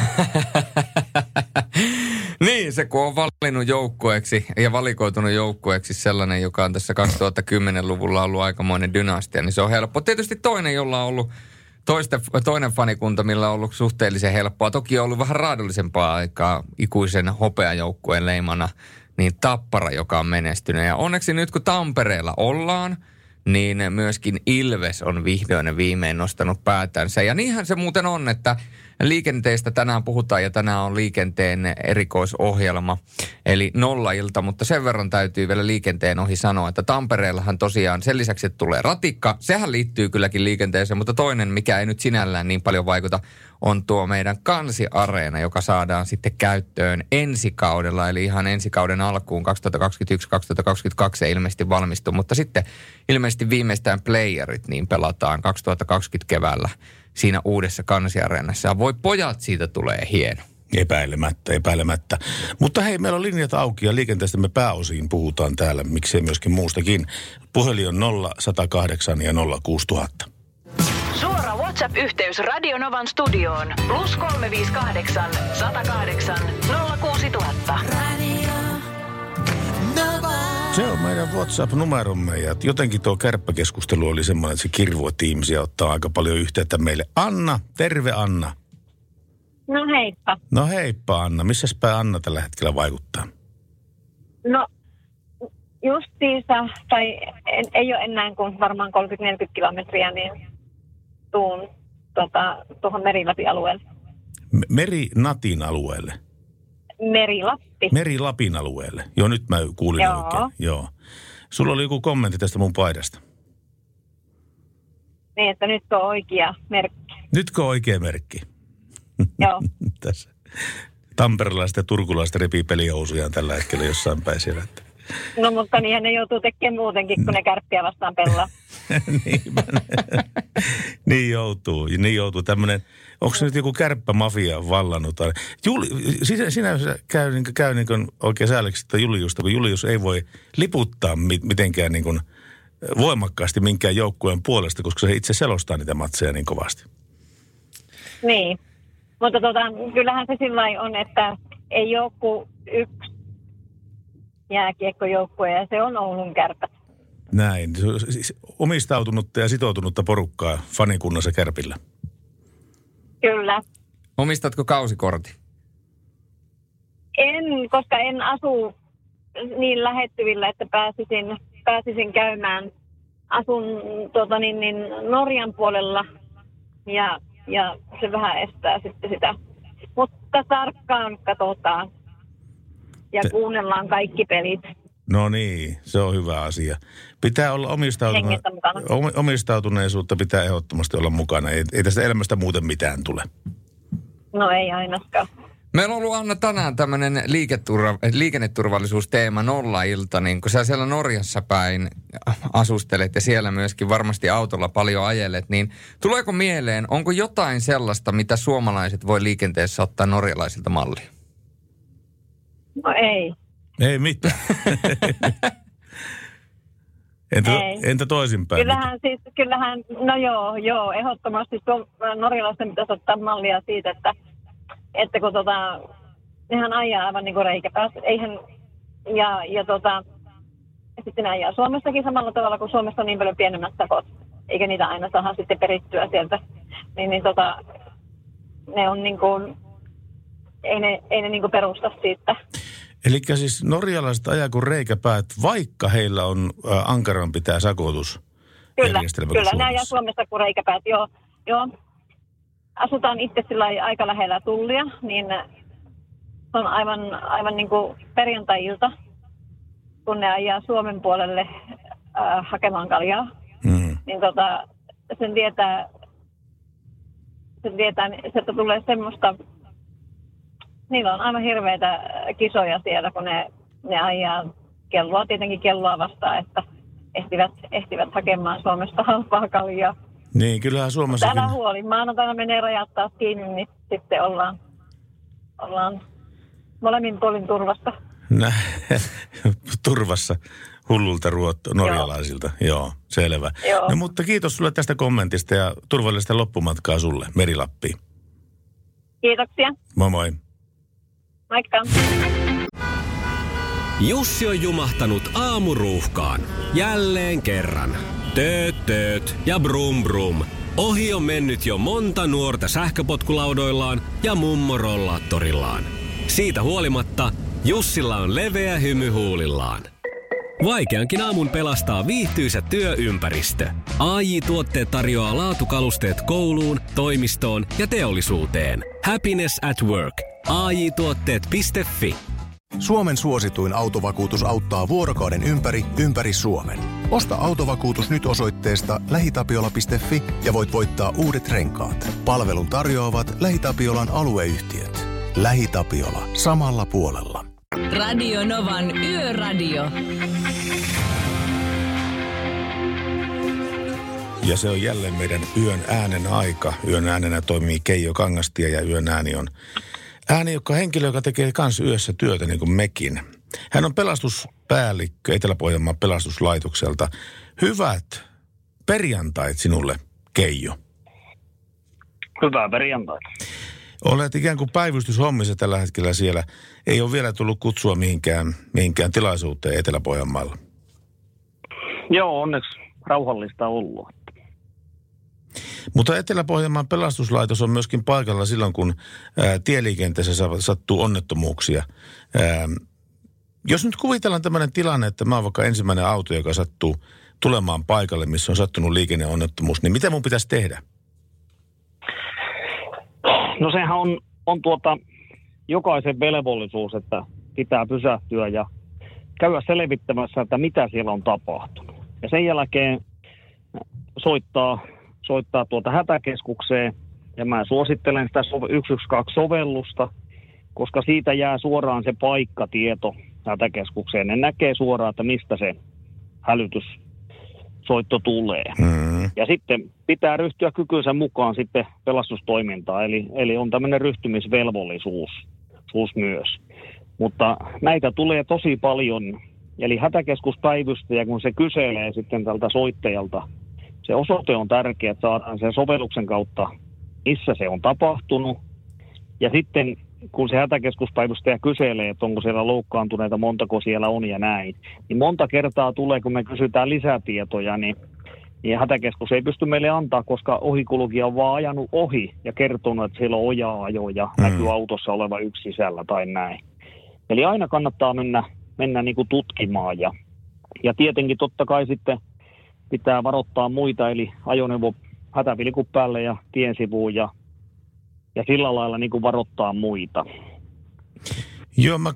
Niin, se kun on valinnut joukkueeksi ja valikoitunut joukkueeksi sellainen, joka on tässä 2010-luvulla ollut aikamoinen dynastia, niin se on helppo. Tietysti toinen, jolla on ollut toinen fanikunta, millä on ollut suhteellisen helppoa. Toki on ollut vähän raadollisempaa aikaa ikuisen hopeajoukkueen leimana, niin Tappara, joka on menestynyt. Ja onneksi nyt kun Tampereella ollaan, niin myöskin Ilves on vihdoin ja viimein nostanut päätänsä. Ja niinhän se muuten on, että liikenteestä tänään puhutaan ja tänään on liikenteen erikoisohjelma, eli nollailta, mutta sen verran täytyy vielä liikenteen ohi sanoa, että Tampereellahan tosiaan sen lisäksi, että tulee ratikka, sehän liittyy kylläkin liikenteeseen, mutta toinen, mikä ei nyt sinällään niin paljon vaikuta, on tuo meidän Kansi-areena, joka saadaan sitten käyttöön ensi kaudella, eli ihan ensi kauden alkuun 2021-2022 ei ilmeisesti valmistu, mutta sitten ilmeisesti viimeistään playerit niin pelataan 2020 keväällä siinä uudessa Kansi-areenassa. Ja voi pojat, siitä tulee hieno. Epäilemättä. Mutta hei, meillä on linjat auki ja liikenteestä me pääosiin puhutaan täällä, miksei myöskin muustakin. Puhelin on 0108 ja 06000. Suora WhatsApp-yhteys Radionovan studioon. Plus 358 108 06000. Se on meidän WhatsApp-numeromme ja jotenkin tuo kärppäkeskustelu oli semmoinen, että se kirvoitti ihmisiä ottaa aika paljon yhteyttä meille. Anna, terve Anna. No heippa. No heippa Anna, missäs päin Anna tällä hetkellä vaikuttaa? No justiinsa, tai ei ole enää kuin varmaan 30-40 kilometriä, niin tuun tuohon Meri-Lapin-alueelle. Meri-Natin alueelle? Meri-Lappi. Meri-Lapin alueelle. Joo, nyt mä kuulin oikein. Joo. Sulla oli joku kommentti tästä mun paidasta. Niin, että nyt on oikea merkki. Nytkö on oikea merkki? Joo. Tässä. Tamperelaiset ja turkulaiset repii pelihousujaan tällä hetkellä jossain päin siellä. No mutta niinhän ne joutuu tekemään muutenkin, kun ne Kärppiä vastaan pelaa. Niin joutuu. Tämmöinen, onko se nyt joku kärppämafia vallannut? Sinä käy niin kuin oikein säälleksi Juliusta, kun Julius ei voi liputtaa mitenkään niin kuin voimakkaasti minkään joukkueen puolesta, koska se itse selostaa niitä matseja niin kovasti. Niin, mutta kyllähän se sillä lailla on, että ei ole kuin yksi jääkiekkojoukkue ja se on Oulun Kärpät. Näin. Omistautunutta ja sitoutunutta porukkaa fanikunnassa Kärpillä. Kyllä. Omistatko kausikortin? En, koska en asu niin lähettyvillä, että pääsisin käymään. Asun Norjan puolella ja se vähän estää sitten sitä. Mutta tarkkaan katsotaan ja kuunnellaan kaikki pelit. No niin, se on hyvä asia. Pitää olla omistautuneisuutta, pitää ehdottomasti olla mukana. Ei tästä elämästä muuten mitään tule. No ei ainakaan. Meillä on ollut Anna tänään tämmöinen liikenneturvallisuusteema nollailta, niin kun sä siellä Norjassa päin asustelet ja siellä myöskin varmasti autolla paljon ajelet, niin tuleeko mieleen, onko jotain sellaista, mitä suomalaiset voi liikenteessä ottaa norjalaisilta mallia? No ei. Ei mitään. Entä toisinpäin? Kyllähän, no joo, ehdottomasti norjalaisten pitäisi ottaa mallia siitä, että kun nehän ajaa aivan niin kuin reikäpäässä, ja sitten ne ajaa Suomessakin samalla tavalla, kun Suomessa on niin paljon pienemmät sakot, eikä niitä aina saada sitten perittyä sieltä, niin ne on niin kuin, ei ne niin kuin perusta siitä. Eli siis norjalaiset ajaa kuin reikäpäät, vaikka heillä on ankarampi tämä sakotusjärjestelmä kuin Suomessa. Kyllä, ne ajaa Suomessa kuin reikäpäät, joo. Asutaan itse sillä aika lähellä Tullia, niin se on aivan niin kuin perjantai-ilta, kun ne ajaa Suomen puolelle hakemaan kaljaa. Niin sen tietää, että tulee semmoista, niillä on aivan hirveitä kisoja siellä, kun ne ajaa kelloa vastaan, että ehtivät hakemaan Suomesta halpaa kaljaa. Niin, kyllähän Suomessakin. Älä huoli. Maanantaina menee rajat taas kiinni, niin sitten ollaan molemmin puolin turvassa. Turvassa hullulta norjalaisilta. Joo, selvä. Joo. No mutta kiitos sulle tästä kommentista ja turvallista loppumatkaa sulle Meri-Lappiin. Kiitoksia. Moi moi. Moikka. Jussi on jumahtanut aamuruuhkaan. Jälleen kerran. Tööt ja brum brum. Ohi on mennyt jo monta nuorta sähköpotkulaudoillaan ja mummorollaattorillaan. Siitä huolimatta Jussilla on leveä hymy huulillaan. Vaikeankin aamun pelastaa viihtyisä työympäristö. AJ Tuotteet tarjoaa laatukalusteet kouluun, toimistoon ja teollisuuteen. Happiness at work. AJ-tuotteet.fi. Suomen suosituin autovakuutus auttaa vuorokauden ympäri Suomen. Osta autovakuutus nyt osoitteesta lähitapiola.fi ja voit voittaa uudet renkaat. Palvelun tarjoavat LähiTapiolan alueyhtiöt. LähiTapiola. Samalla puolella. Radio Novan Yöradio. Ja se on jälleen meidän yön äänen aika. Yön äänenä toimii Keijo Kangastie ja yön ääni on ääni, henkilö, joka tekee kans yössä työtä niin kuin mekin. Hän on pelastuspäällikkö Etelä-Pohjanmaan pelastuslaitokselta. Hyvät perjantait sinulle, Keijo. Hyvää perjantaita. Olet ikään kuin päivystyshommissa tällä hetkellä siellä. Ei ole vielä tullut kutsua mihinkään tilaisuuteen Etelä-Pohjanmaalla. Joo, onneksi rauhallista ollut. Mutta Etelä-Pohjanmaan pelastuslaitos on myöskin paikalla silloin, kun tieliikenteessä sattuu onnettomuuksia. Jos nyt kuvitellaan tämmöinen tilanne, että mä oon vaikka ensimmäinen auto, joka sattuu tulemaan paikalle, missä on sattunut liikenneonnettomuus, niin mitä mun pitäisi tehdä? No sehän on jokaisen velvollisuus, että pitää pysähtyä ja käydä selvittämässä, että mitä siellä on tapahtunut. Ja sen jälkeen soittaa hätäkeskukseen, ja mä suosittelen sitä 112-sovellusta, koska siitä jää suoraan se paikkatieto hätäkeskukseen. Ne näkee suoraan, että mistä se hälytyssoitto tulee. Ja sitten pitää ryhtyä kykynsä mukaan sitten pelastustoimintaan, eli on tämmöinen ryhtymisvelvollisuus myös. Mutta näitä tulee tosi paljon, eli hätäkeskuspäivystäjä, kun se kyselee sitten tältä soittajalta, se osoite on tärkeä, että saadaan sen sovelluksen kautta, missä se on tapahtunut. Ja sitten kun se hätäkeskuspäivystäjä kyselee, että onko siellä loukkaantuneita, montako siellä on ja näin, niin monta kertaa tulee, kun me kysytään lisätietoja, niin hätäkeskus ei pysty meille antaa, koska ohikulkija on vaan ajanut ohi ja kertonut, että siellä on oja-ajo ja näkyy autossa oleva yksi sisällä tai näin. Eli aina kannattaa mennä niin kuin tutkimaan ja tietenkin totta kai sitten pitää varoittaa muita, eli ajoneuvo hätävilkun päälle ja tien sivuun ja sillä lailla niin kuin varoittaa muita. Joo, mä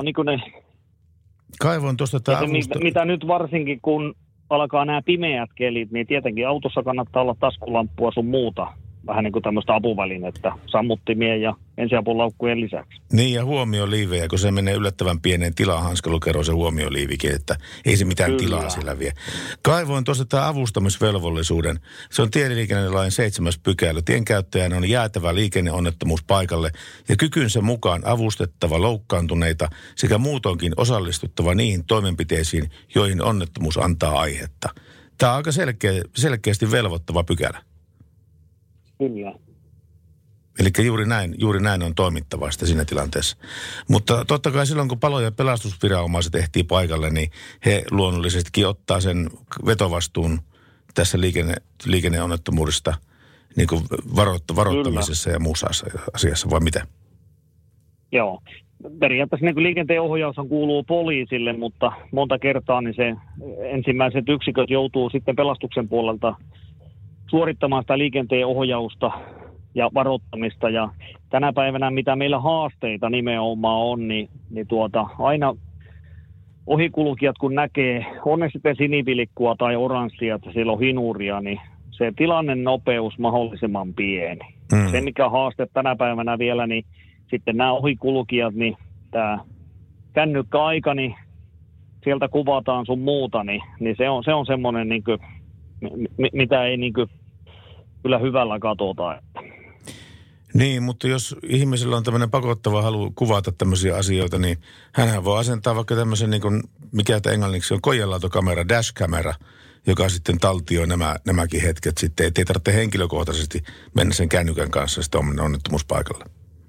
kaivoin tuosta tämä mitä nyt varsinkin, kun alkaa nämä pimeät kelit, niin tietenkin autossa kannattaa olla taskulamppua sun muuta. Vähän niin kuin tämmöistä apuvälinettä, sammuttimien ja ensiapulaukkujen lisäksi. Niin, ja huomioliivejä, kun se menee yllättävän pieneen tilaan hanskalukeroon se huomioliivikin, että ei se mitään tilaa sillä vie. Kaivoin tuosta tämä avustamisvelvollisuuden. Se on tieliikennelain 7. pykälä. Tienkäyttäjän on jäätävä liikenneonnettomuus paikalle ja kykynsä mukaan avustettava loukkaantuneita sekä muutoinkin osallistuttava niihin toimenpiteisiin, joihin onnettomuus antaa aihetta. Tämä on aika selkeästi velvoittava pykälä. Kyllä. Eli juuri näin on toimittava sitä siinä tilanteessa. Mutta totta kai silloin, kun palo- ja pelastusviranomaiset ehtii paikalle, niin he luonnollisestikin ottaa sen vetovastuun tässä liikenneonnettomuudesta niin kuin varoittamisessa ja muussa asiassa, vai mitä? Joo. Periaatteessa niin kuin liikenteen ohjaus kuuluu poliisille, mutta monta kertaa niin se ensimmäiset yksiköt joutuu sitten pelastuksen puolelta suorittamaan sitä liikenteen ohjausta ja varoittamista. Ja tänä päivänä, mitä meillä haasteita nimenomaan on, niin aina ohikulkijat, kun näkee, on ne sitten sinivilikkua tai oranssia, että siellä on hinuria, niin se tilannen nopeus mahdollisimman pieni. Se, mikä haaste tänä päivänä vielä, niin sitten nämä ohikulkijat, niin tämä kännykkäaika, niin sieltä kuvataan sun muuta, niin se on semmoinen, niin kuin, mitä ei niin kuin kyllä hyvällä katsota. Niin, mutta jos ihmisellä on tämmöinen pakottava halu kuvata tämmöisiä asioita, niin hänhän voi asentaa vaikka tämmöisen, niin kuin, mikä englanniksi on kojelautokamera, dash-kamera, joka sitten taltioi nämäkin hetket sitten. Ei tarvitse henkilökohtaisesti mennä sen kännykän kanssa sitten onnettomuuspaikalle.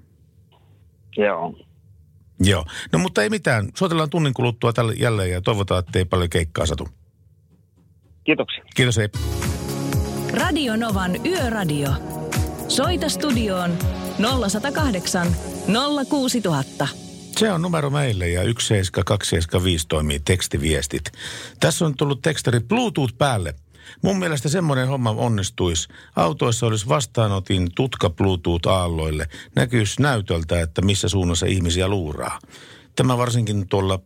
Joo. No mutta ei mitään. Soitellaan tunnin kuluttua tälle jälleen ja toivotaan, että ei paljon keikkaa satu. Kiitoksia. Kiitos, hei. Radio Novan Yöradio. Soita studioon 0108 06000. Se on numero meille ja 17275 toimii tekstiviestit. Tässä on tullut tekstari Bluetooth päälle. Mun mielestä semmoinen homma onnistuisi. Autoissa olisi vastaanotin tutka Bluetooth-aalloille. Näkyisi näytöltä, että missä suunnassa ihmisiä luuraa. Tämä varsinkin tuolla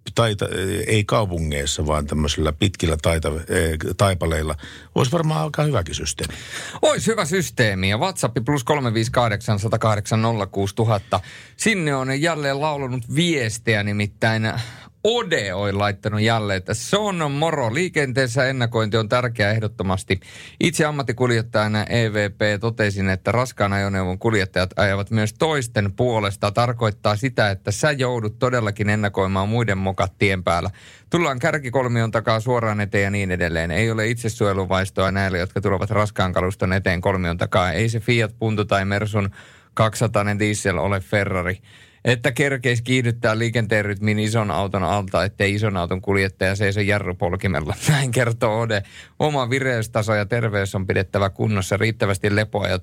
ei kaupungeissa, vaan tämmöisillä pitkillä taipaleilla. Olisi varmaan aika hyväkin systeemi. Olisi hyvä systeemi ja WhatsApp plus 358 108 06000. Sinne on jälleen laulanut viestejä, nimittäin Ode on laittanut jälleen, että se on moro. Liikenteessä ennakointi on tärkeää ehdottomasti. Itse ammattikuljettajana EVP totesin, että raskaan ajoneuvon kuljettajat ajavat myös toisten puolesta. Tarkoittaa sitä, että sä joudut todellakin ennakoimaan muiden mokat tien päällä. Tullaan kärkikolmion takaa suoraan eteen ja niin edelleen. Ei ole itsesuojeluvaistoa näille, jotka tulevat raskaan kaluston eteen kolmion takaa. Ei se Fiat Punto tai Mersun 200 diesel ole Ferrari. Että kerkeisi kiihdyttää liikenteen rytmiin ison auton alta, ettei ison auton kuljettaja seiso jarrupolkimella. Näin kertoo Ode. Oma vireystaso ja terveys on pidettävä kunnossa, riittävästi lepoa ja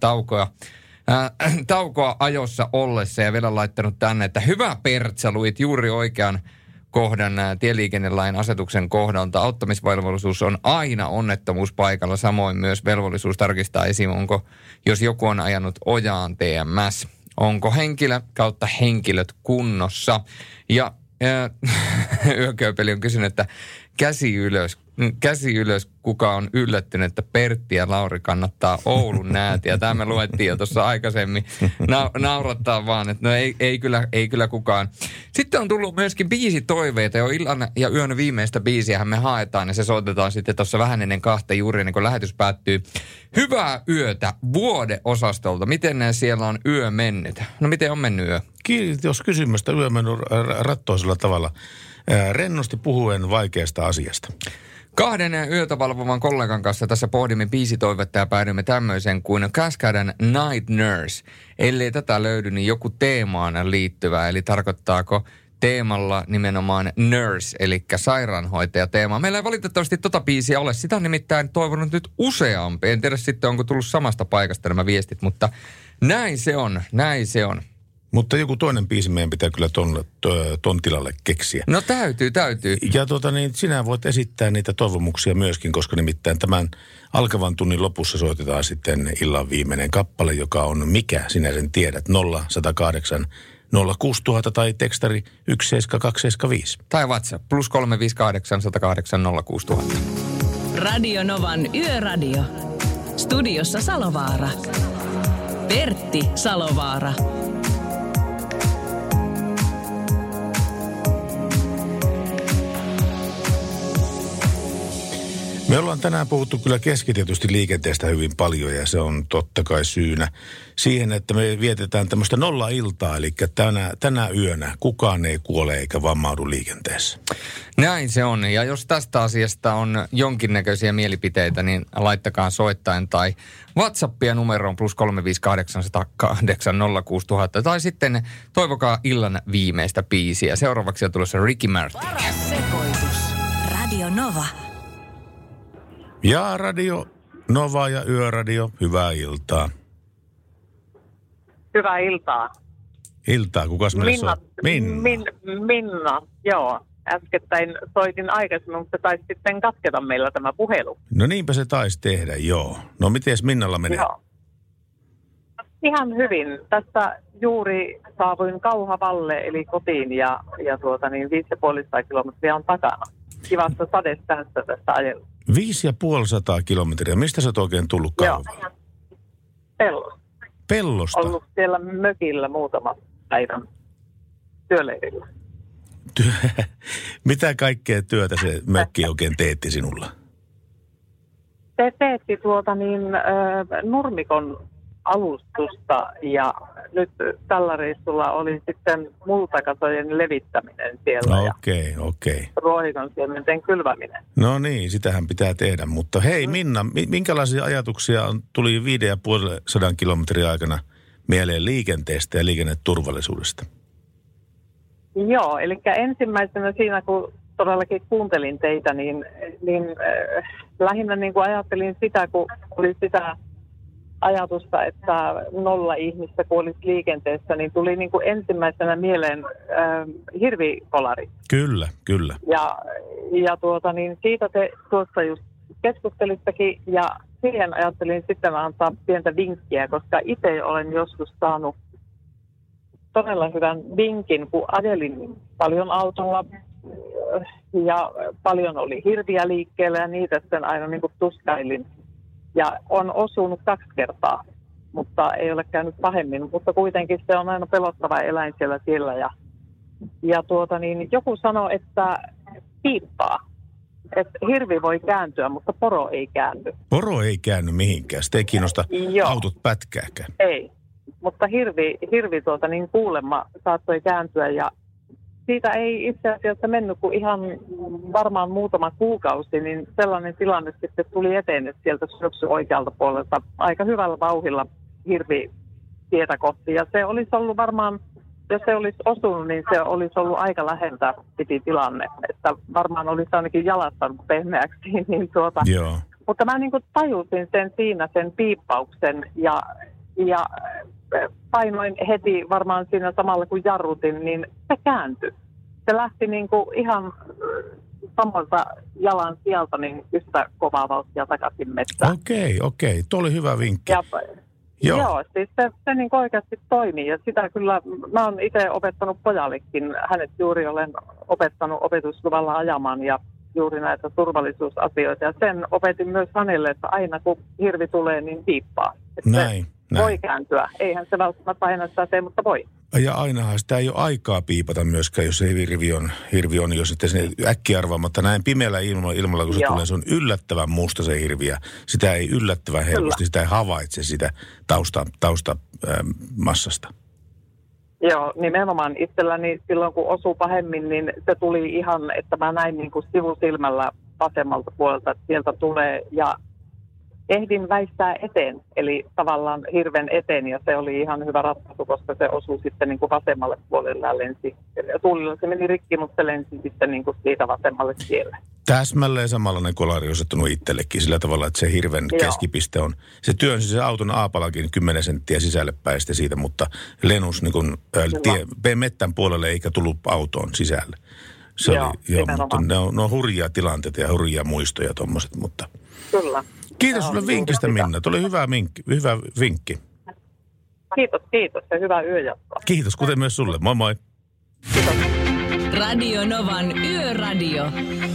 taukoa ajossa ollessa. Ja vielä laittanut tänne, että hyvä Pertsä, luit juuri oikean kohdan tieliikennelain asetuksen kohdalta. Auttamisvelvollisuus on aina onnettomuuspaikalla, samoin myös velvollisuus tarkistaa esim. Jos joku on ajanut ojaan TMS. Onko henkilö kautta henkilöt kunnossa? Ja Yököpeli on kysynyt, että käsi ylös, kuka on yllättynyt, että Pertti ja Lauri kannattaa Oulun Näätiä. Tämä me luettiin jo tuossa aikaisemmin. Naurattaa vaan, että no ei kyllä kukaan. Sitten on tullut myöskin biisitoiveita. Jo illan ja yön viimeistä biisiähän me haetaan ja se soitetaan sitten tuossa vähän ennen 2 juuri ennen kuin lähetys päättyy. Hyvää yötä vuodeosastolta. Miten siellä on yö mennyt? No miten on mennyt yö? Kiitos kysymästä. Yö mennyt rattoisella tavalla. Rennosti puhuen vaikeasta asiasta. 2 yötä valvovan kollegan kanssa tässä pohdimme biisitoivetta ja päädyimme tämmöiseen kuin Cascaden Night Nurse. Ellei tätä löydy, niin joku teemaan liittyvä, eli tarkoittaako teemalla nimenomaan nurse, eli sairaanhoitaja teema. Meillä ei valitettavasti tota biisiä ole. Sitä on nimittäin toivonut nyt useampi. En tiedä sitten, onko tullut samasta paikasta nämä viestit, mutta näin se on. Mutta joku toinen biisi meidän pitää kyllä ton tilalle keksiä. No täytyy. Ja sinä voit esittää niitä toivomuksia myöskin, koska nimittäin tämän alkavan tunnin lopussa soitetaan sitten illan viimeinen kappale, joka on Mikä sinä sen tiedät, 0108 06000 tai tekstari 17275. Tai WhatsApp plus 358 108 06000. Radio Novan Yöradio. Studiossa Salovaara. Pertti Salovaara. Me ollaan tänään puhuttu kyllä keskitetysti liikenteestä hyvin paljon ja se on totta kai syynä siihen, että me vietetään tämmöistä nolla-iltaa, eli tänä yönä kukaan ei kuole eikä vammaudu liikenteessä. Näin se on, ja jos tästä asiasta on jonkinnäköisiä mielipiteitä, niin laittakaa soittaen tai WhatsAppia numeroon plus 358 108 06000 tai sitten toivokaa illan viimeistä biisiä. Seuraavaksi on tulossa Ricky Martin. Paras sekoitus. Radio Nova. Ja Radio Nova ja Yöradio, hyvää iltaa. Hyvää iltaa. Iltaa, kukas meillä on? Minna, joo. Äskettäin soitin aikaisemmin, mutta taisi sitten katketa meillä tämä puhelu. No niinpä se taisi tehdä, joo. No miten Minnalla menee? Joo. Ihan hyvin. Tässä juuri saavuin Kauhavalle eli kotiin ja 5,5 kilometriä on takana. Kivassa sadesäästä tästä ajelua. 5,5 kilometriä. Mistä sä oot oikein tullut Kauhavalle? Pellosta. Pellosta? Ollut siellä mökillä muutama päivän työleirillä. Mitä kaikkea työtä se mökki oikein teetti sinulla? Se teetti nurmikon alustusta ja nyt tällä reissulla oli sitten multakatojen levittäminen siellä. Okei. Ruohikon siementen kylväminen. No niin, sitähän pitää tehdä. Mutta hei Minna, minkälaisia ajatuksia tuli 5,5 kilometrin aikana mieleen liikenteestä ja liikenneturvallisuudesta? Joo, eli ensimmäisenä siinä, kun todellakin kuuntelin teitä, niin lähinnä niin kuin ajattelin sitä, kun oli sitä ajatusta, että 0 ihmistä kuolisi liikenteessä, niin tuli niin kuin ensimmäisenä mieleen hirvikolari. Kyllä, kyllä. Ja niin siitä te tuossa just keskustelittekin, ja siihen ajattelin sitten antaa pientä vinkkiä, koska itse olen joskus saanut todella hyvän vinkin, kun ajelin paljon autolla ja paljon oli hirviä liikkeellä ja niitä sitten aina niin kuin tuskailin. Ja on osunut 2 kertaa, mutta ei ole käynyt pahemmin, mutta kuitenkin se on aina pelottava eläin siellä tiellä. Ja niin joku sanoi, että piippaa. Että hirvi voi kääntyä, mutta poro ei käänny. Poro ei käänny mihinkään. Sitä ei kiinnosta autot pätkääkään. Ei, mutta hirvi niin kuulemma saattoi kääntyä ja siitä ei itse asiassa mennyt kuin ihan varmaan muutama kuukausi, niin sellainen tilanne sitten tuli eteen, että sieltä syöksy oikealta puolelta aika hyvällä vauhdilla hirvi tietä kohti. Ja se olisi ollut varmaan, jos se olisi osunut, niin se olisi ollut aika läheltä piti tilanne. Että varmaan olisi ainakin jalattanut pehmeäksi. Niin Joo. Mutta mä niin kuin tajusin sen piippauksen ja painoin heti varmaan siinä samalla kun jarrutin, niin se kääntyi. Se lähti niin kuin ihan samalta jalan sieltä niin yhtä kovaa vauhtia takaisin metsään. Okei. Tuo oli hyvä vinkki. Joo, siis se niin oikeasti toimii ja sitä kyllä, mä oon itse opettanut pojallekin. Hänet juuri olen opettanut opetusluvalla ajamaan ja juuri näitä turvallisuusasioita. Ja sen opetin myös hänelle, että aina kun hirvi tulee, niin piippaa. Näin. Voi kääntyä. Eihän se välttämättä aina sitä tee, mutta voi. Ja ainahan sitä ei ole aikaa piipata myöskään, jos se hirvi on jos sitten se äkkiarvaamatta näin pimeällä ilmalla, kun se tulee, se on yllättävän musta se hirviä. Sitä ei yllättävän helposti, sitä ei havaitse sitä taustamassasta. Joo, nimenomaan itselläni silloin kun osuu pahemmin, niin se tuli ihan, että mä näin niin kuin sivusilmällä vasemmalta puolelta, että sieltä tulee ja ehdin väistää eteen, eli tavallaan hirven eteen, ja se oli ihan hyvä ratkaisu, koska se osui sitten niin kuin vasemmalle puolelle ja lensi. Tuulilla se meni rikki, mutta se lensi sitten niin kuin siitä vasemmalle tielle. Täsmälleen samanlainen kolari on sattunut itsellekin sillä tavalla, että se hirven keskipiste on, se työnsi se auton aapalakin 10 senttiä sisälle päistä siitä, mutta lenus niin kuin, mettän puolelle eikä tullut autoon sisälle. Se oli, mutta ne on hurjia tilanteita ja hurjia muistoja tommoset, mutta... Kyllä. Kiitos sulle vinkistä, Minna. Tuo oli hyvä vinkki. Kiitos ja hyvää yöjatkoa. Kiitos, kuten myös sulle. Moi moi. Kiitos. Radio Novan Yöradio.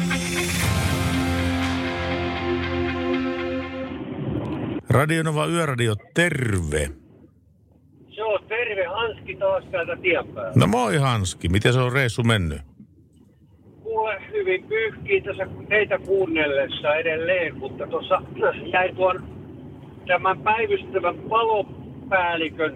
Radio Nova Yöradio, terve. Joo, terve. Hanski taas täältä tien päällä. No moi Hanski, miten se on reissu mennyt? Kuule, hyvin pyyhkii tässä teitä kuunnellessa edelleen, mutta tuossa jäi tämän päivystävän palopäällikön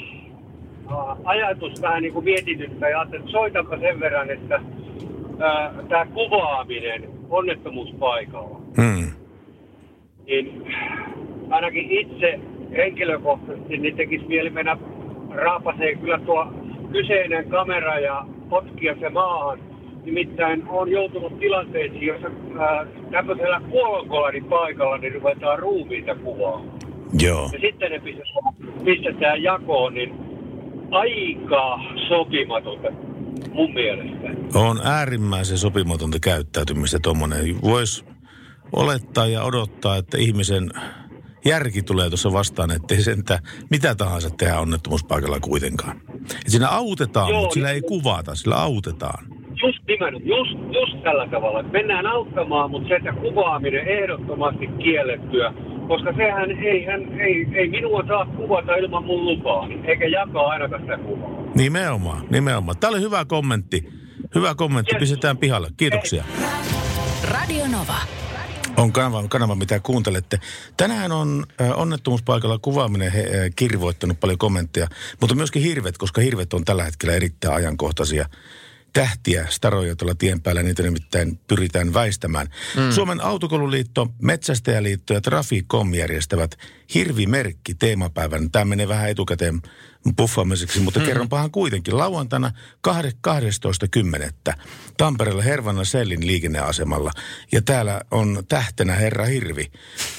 ajatus vähän niin kuin mietityttä ja ajattelin, että soitanpa sen verran, että tämä kuvaaminen onnettomuuspaikalla. Niin ainakin itse henkilökohtaisesti niin tekisi mieli mennä raapaseen kyllä tuo kyseinen kamera ja potkia se maahan. Nimittäin on joutunut tilanteisiin, jossa tämmöisellä kuolonkolarin paikalla niin ruvetaan ruumiita kuvaamaan. Joo. Ja sitten ne pistetään jakoon, niin aika sopimatonta mun mielestä. On äärimmäisen sopimatonta käyttäytymistä tuommoinen. Voisi olettaa ja odottaa, että ihmisen järki tulee tuossa vastaan, ettei sentään mitä tahansa tehdä onnettomuuspaikalla kuitenkaan. Et siinä autetaan, mutta sillä ei kuvata, sillä autetaan. Just tällä tavalla. Mennään auttamaan, mutta se, että kuvaaminen ehdottomasti kiellettyä, koska sehän ei minua saa kuvata ilman mun lupaa, eikä jakaa ainakaan sitä kuvaa. Nimenomaan. Tämä oli hyvä kommentti. Pistetään pihalle. Kiitoksia. Radio Nova. On kanava, mitä kuuntelette. Tänään on onnettomuuspaikalla kuvaaminen kirvoittanut paljon kommentteja, mutta myöskin hirvet, koska hirvet on tällä hetkellä erittäin ajankohtaisia tähtiä, staroja tuolla tien päällä, niitä nimittäin pyritään väistämään. Suomen autokoululiitto, Metsästäjäliitto ja Traficom järjestävät hirvimerkki teemapäivän. Tämä menee vähän etukäteen puffaamiseksi, mutta kerronpahan kuitenkin. Lauantaina 12.10. Tampereella Hervannan Sellin liikenneasemalla. Ja täällä on tähtenä Herra Hirvi.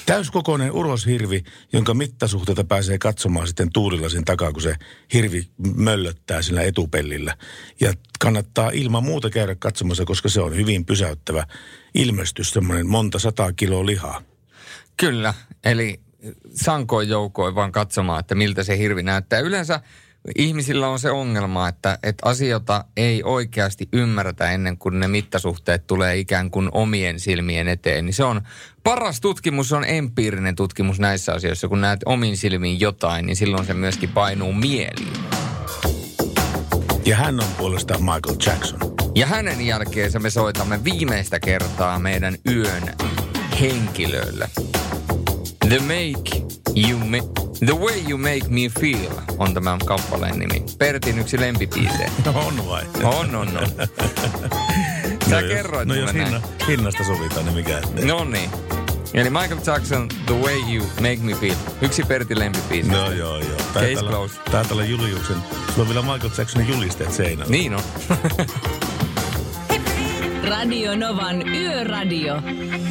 Täyskokoinen uroshirvi, jonka mittasuhteita pääsee katsomaan sitten tuulilasin takaa, kun se hirvi möllöttää sillä etupellillä. Ja kannattaa ilman muuta käydä katsomassa, koska se on hyvin pysäyttävä ilmestys, semmoinen monta 100 kiloa lihaa. Kyllä, eli sankoin joukoin vaan katsomaan, että miltä se hirvi näyttää. Yleensä ihmisillä on se ongelma, että asioita ei oikeasti ymmärretä ennen kuin ne mittasuhteet tulee ikään kuin omien silmien eteen. Niin se on paras tutkimus, on empiirinen tutkimus näissä asioissa. Kun näet omin silmiin jotain, niin silloin se myöskin painuu mieliin. Ja hän on puolestaan Michael Jackson. Ja hänen jälkeensä me soitamme viimeistä kertaa meidän yön henkilölle. The Way You Make Me Feel on tämän kappaleen nimi. Pertin yksi lempipiisee. On vai? On. Sä kerroit mulle näin. Hinnasta sovitaan, niin mikä ettei. No niin. Eli Michael Jackson, The Way You Make Me Feel. Yksi Pertin lempipiisee. No joo. Case closed. Täällä Juliuksen. Sulla on vielä Michael Jacksonin julisteet seinällä. Niin on. Radio Novan Yöradio.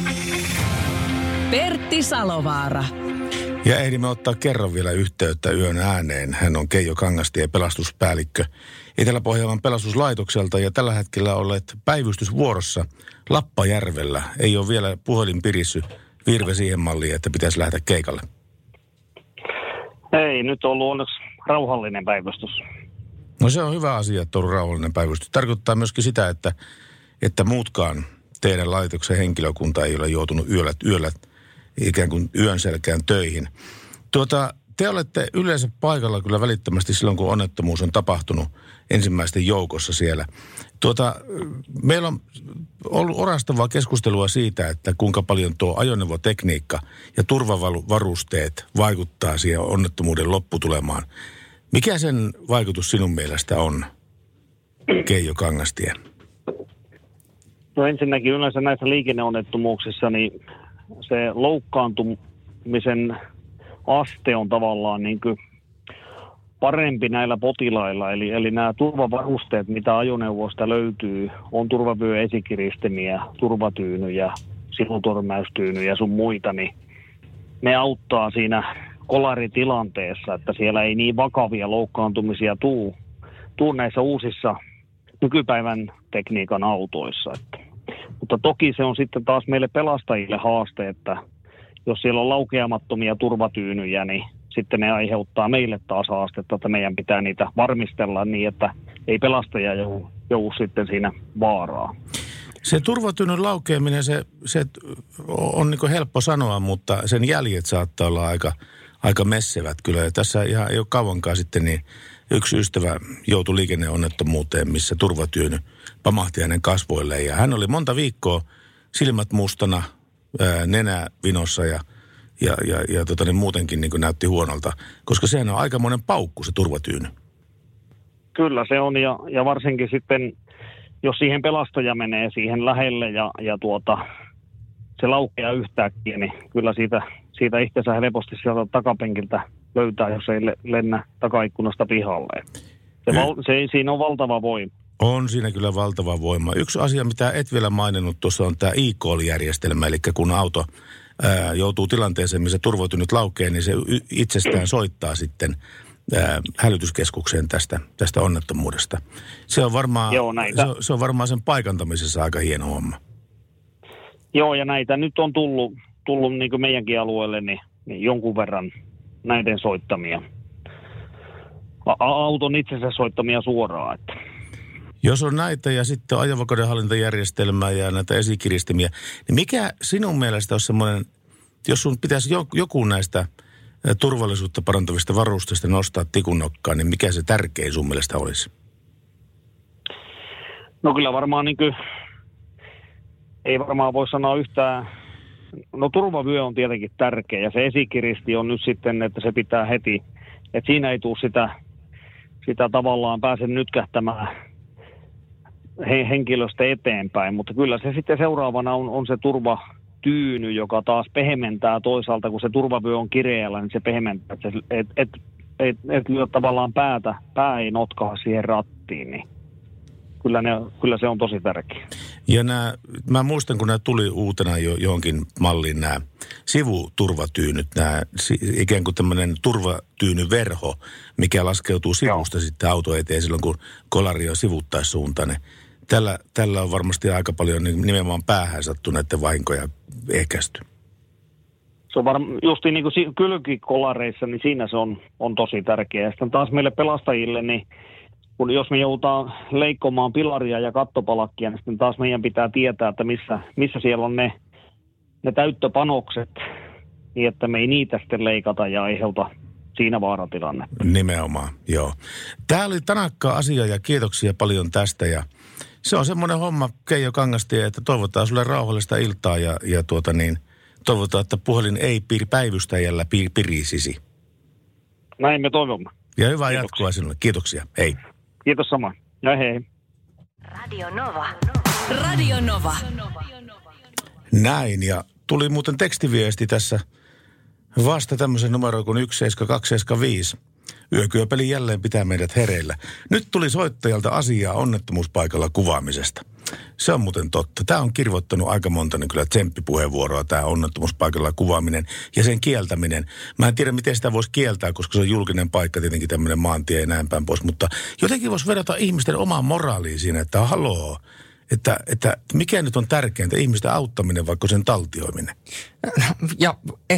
Pertti Salovaara. Ja ehdimme ottaa kerran vielä yhteyttä yön ääneen. Hän on Keijo Kangastie, pelastuspäällikkö Etelä-Pohjanmaan pelastuslaitokselta ja tällä hetkellä olleet päivystysvuorossa Lappajärvellä. Ei ole vielä puhelin pirissy virve siihen malliin, että pitäisi lähteä keikalle. Ei, nyt on ollut onneksi rauhallinen päivystys. No se on hyvä asia, että on ollut rauhallinen päivystys. Tarkoittaa myöskin sitä, että muutkaan teidän laitoksen henkilökunta ei ole joutunut yöllä ikään kuin yön selkään töihin. Te olette yleensä paikalla kyllä välittömästi silloin, kun onnettomuus on tapahtunut ensimmäisten joukossa siellä. Meillä on ollut orastavaa keskustelua siitä, että kuinka paljon tuo ajoneuvotekniikka ja turvavarusteet vaikuttaa siihen onnettomuuden lopputulemaan. Mikä sen vaikutus sinun mielestä on, Keijo Kangastie? No ensinnäkin yleensä näissä liikenneonnettomuuksissa, niin se loukkaantumisen aste on tavallaan niin kuin parempi näillä potilailla. Eli nämä turvavarusteet, mitä ajoneuvoista löytyy, on turvavyöesikiristimiä, turvatyynyjä, sivutörmäystyynyjä sun muita, niin ne auttaa siinä kolaritilanteessa, että siellä ei niin vakavia loukkaantumisia tuu näissä uusissa nykypäivän tekniikan autoissa. Mutta toki se on sitten taas meille pelastajille haaste, että jos siellä on laukeamattomia turvatyynyjä, niin sitten ne aiheuttaa meille taas haastetta, että meidän pitää niitä varmistella niin, että ei pelastaja joudu sitten siinä vaaraa. Se turvatyynyn laukeaminen, se on niin kuin helppo sanoa, mutta sen jäljet saattaa olla aika messevät kyllä. Ja tässä ihan ei ole kauankaan sitten, niin yksi ystävä joutui liikenneonnettomuuteen, missä turvatyyny pamahti hänen kasvoilleen. Ja hän oli monta viikkoa silmät mustana, nenä vinossa ja muutenkin niin kuin näytti huonolta. Koska sehän on aikamoinen paukku se turvatyyny. Kyllä se on ja varsinkin sitten, jos siihen pelastaja menee siihen lähelle ja se laukeaa yhtäkkiä, niin kyllä siitä itsensä helposti sieltä takapenkiltä löytää, jos ei lennä takaikkunasta pihalle. Siinä on valtava voima. On siinä kyllä valtava voima. Yksi asia, mitä et vielä maininnut tuossa, on tämä e-call-järjestelmä. Eli kun auto joutuu tilanteeseen, missä turvatyynyt laukee, niin se itsestään soittaa sitten hälytyskeskukseen tästä onnettomuudesta. Se on varmaan sen paikantamisessa aika hieno homma. Joo, ja näitä nyt on tullut niin kuin meidänkin alueelle niin jonkun verran näiden soittamia. Auton itsensä soittamia suoraan. Että. Jos on näitä ja sitten ajoneuvokonehallintajärjestelmää ja näitä esikiristimiä, niin mikä sinun mielestä on semmoinen, jos sun pitäisi joku näistä turvallisuutta parantavista varusteista nostaa tikunnokkaan, niin mikä se tärkein sun mielestä olisi? No kyllä varmaan ei varmaan voi sanoa yhtään. No turvavyö on tietenkin tärkeä ja se esikiristi on nyt sitten, että se pitää heti, että siinä ei tule sitä tavallaan pääse nytkähtämään henkilöstä eteenpäin, mutta kyllä se sitten seuraavana on se turvatyyny, joka taas pehmentää toisaalta, kun se turvavyö on kireällä, niin se pehmentää, että lyö tavallaan pää ei notkaa siihen rattiin, niin kyllä se on tosi tärkeä. Ja mä muistan, kun nämä tuli uutena jo johonkin malliin nämä sivuturvatyynyt, nämä ikään kuin tämmöinen turvatyynyverho, mikä laskeutuu sivusta sitten auto eteen silloin, kun kolari on sivuttaissuuntainen. Tällä on varmasti aika paljon nimenomaan päähän sattuneiden vahinkoja ehkäisty. Se on justiin niin kuin kylkikolareissa, niin siinä se on tosi tärkeää. Ja sitten taas meille pelastajille, niin jos me joudutaan leikkomaan pilaria ja kattopalakkia, niin sitten taas meidän pitää tietää, että missä siellä on ne täyttöpanokset, niin että me ei niitä sitten leikata ja aiheuta siinä vaaratilannetta. Nimenomaan, joo. Tämä oli tanakka asia ja kiitoksia paljon tästä. Ja se on semmoinen homma, Keijo Kangastie, että toivotaan sulle rauhallista iltaa ja toivotaan, että puhelin ei päivystäjällä pirisisi. Näin me toivomme. Ja hyvää jatkoa sinulle. Kiitoksia. Hei. Kiitos samoin. Ja hei. Radio Nova. Radio Nova. Näin, ja tuli muuten tekstiviesti tässä vasta tämmöisen numeroon kuin 17275. Yökyöpeli jälleen pitää meidät hereillä. Nyt tuli soittajalta asiaa onnettomuuspaikalla kuvaamisesta. Se on muuten totta. Tämä on kirvoittanut aika monta kyllä tsemppipuheenvuoroa, tämä onnettomuuspaikalla kuvaaminen ja sen kieltäminen. Mä en tiedä, miten sitä voisi kieltää, koska se on julkinen paikka, tietenkin tämmöinen maantie ja näin päin pois. Mutta jotenkin voisi vedota ihmisten omaan moraaliin siinä, että haloo, että mikä nyt on tärkeintä, ihmisten auttaminen vaikka sen taltioiminen. Ja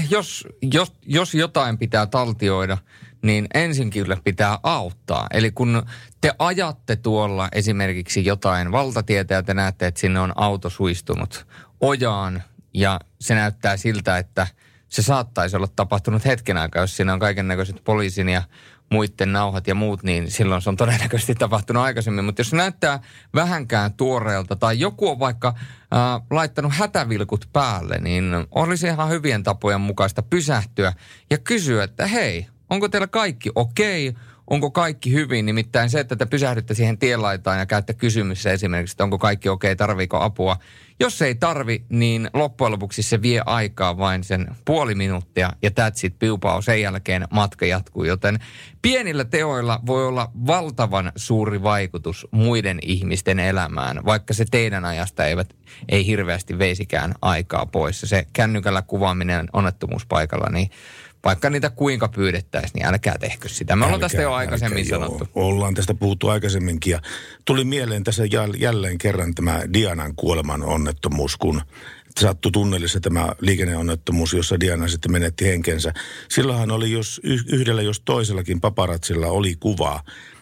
jos jotain pitää taltioida, niin ensin kyllä pitää auttaa. Eli kun te ajatte tuolla esimerkiksi jotain valtatietä ja te näette, että sinne on auto suistunut ojaan ja se näyttää siltä, että se saattaisi olla tapahtunut hetken aikaa, jos siinä on kaikennäköiset poliisin ja muiden nauhat ja muut, niin silloin se on todennäköisesti tapahtunut aikaisemmin. Mutta jos se näyttää vähänkään tuoreelta tai joku on vaikka laittanut hätävilkut päälle, niin olisi ihan hyvien tapojen mukaista pysähtyä ja kysyä, että hei, onko teillä kaikki okei? Onko kaikki hyvin? Nimittäin se, että te pysähdytte siihen tienlaitaan ja käytte kysymyssä esimerkiksi, että onko kaikki okei, tarviiko apua. Jos ei tarvi, niin loppujen lopuksi se vie aikaa vain sen puoli minuuttia ja that's it, piupao. Sen jälkeen matka jatkuu, joten pienillä teoilla voi olla valtavan suuri vaikutus muiden ihmisten elämään, vaikka se teidän ajasta ei hirveästi veisikään aikaa pois. Se kännykällä kuvaaminen onnettomuuspaikalla, niin vaikka niitä kuinka pyydettäisiin, niin älkää tehkö sitä. Me ollaan tästä jo aikaisemmin sanottu. Ollaan tästä puhuttu aikaisemminkin ja tuli mieleen tässä jälleen kerran tämä Dianan kuoleman onnettomuus, kun sattui tunnelissa tämä liikenneonnettomuus, jossa Diana sitten menetti henkensä. Silloinhan oli yhdellä jos toisellakin paparatsilla oli kuvaa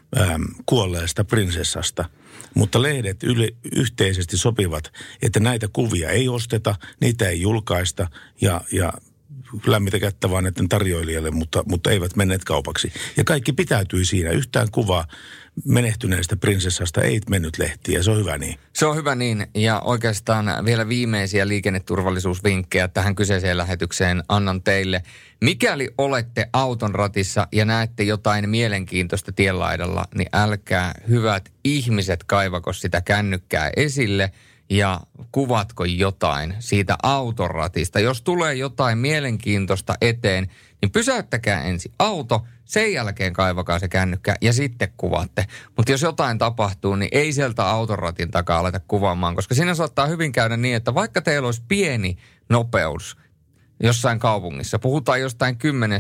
kuolleesta prinsessasta. Mutta lehdet yhteisesti sopivat, että näitä kuvia ei osteta, niitä ei julkaista ja lämmitä kättä vaan näiden tarjoilijalle, mutta eivät menneet kaupaksi. Ja kaikki pitäytyi siinä. Yhtään kuvaa menehtyneestä prinsessasta ei mennyt lehtiin, ja se on hyvä niin. Se on hyvä niin, ja oikeastaan vielä viimeisiä liikenneturvallisuusvinkkejä tähän kyseiseen lähetykseen annan teille. Mikäli olette auton ratissa ja näette jotain mielenkiintoista tienlaidalla, niin älkää hyvät ihmiset kaivako sitä kännykkää esille, ja kuvatko jotain siitä autoratista. Jos tulee jotain mielenkiintoista eteen, niin pysäyttäkää ensin auto, sen jälkeen kaivakaa se kännykkä ja sitten kuvaatte. Mutta jos jotain tapahtuu, niin ei sieltä autoratin takaa aleta kuvaamaan, koska siinä saattaa hyvin käydä niin, että vaikka teillä olisi pieni nopeus jossain kaupungissa, puhutaan jostain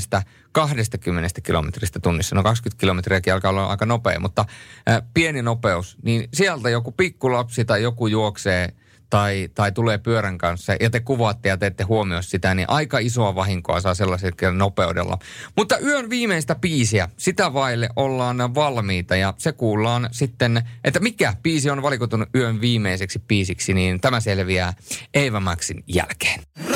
10-20 kilometristä tunnissa, no 20 kilometriäkin alkaa olla aika nopea, mutta pieni nopeus, niin sieltä joku pikkulapsi tai joku juoksee tai tulee pyörän kanssa ja te kuvaatte ja teette huomioon sitä, niin aika isoa vahinkoa saa sellaisella nopeudella. Mutta yön viimeistä biisiä, sitä vaille ollaan valmiita ja se kuullaan sitten, että mikä biisi on valikoitunut yön viimeiseksi biisiksi, niin tämä selviää Eva Maxin jälkeen.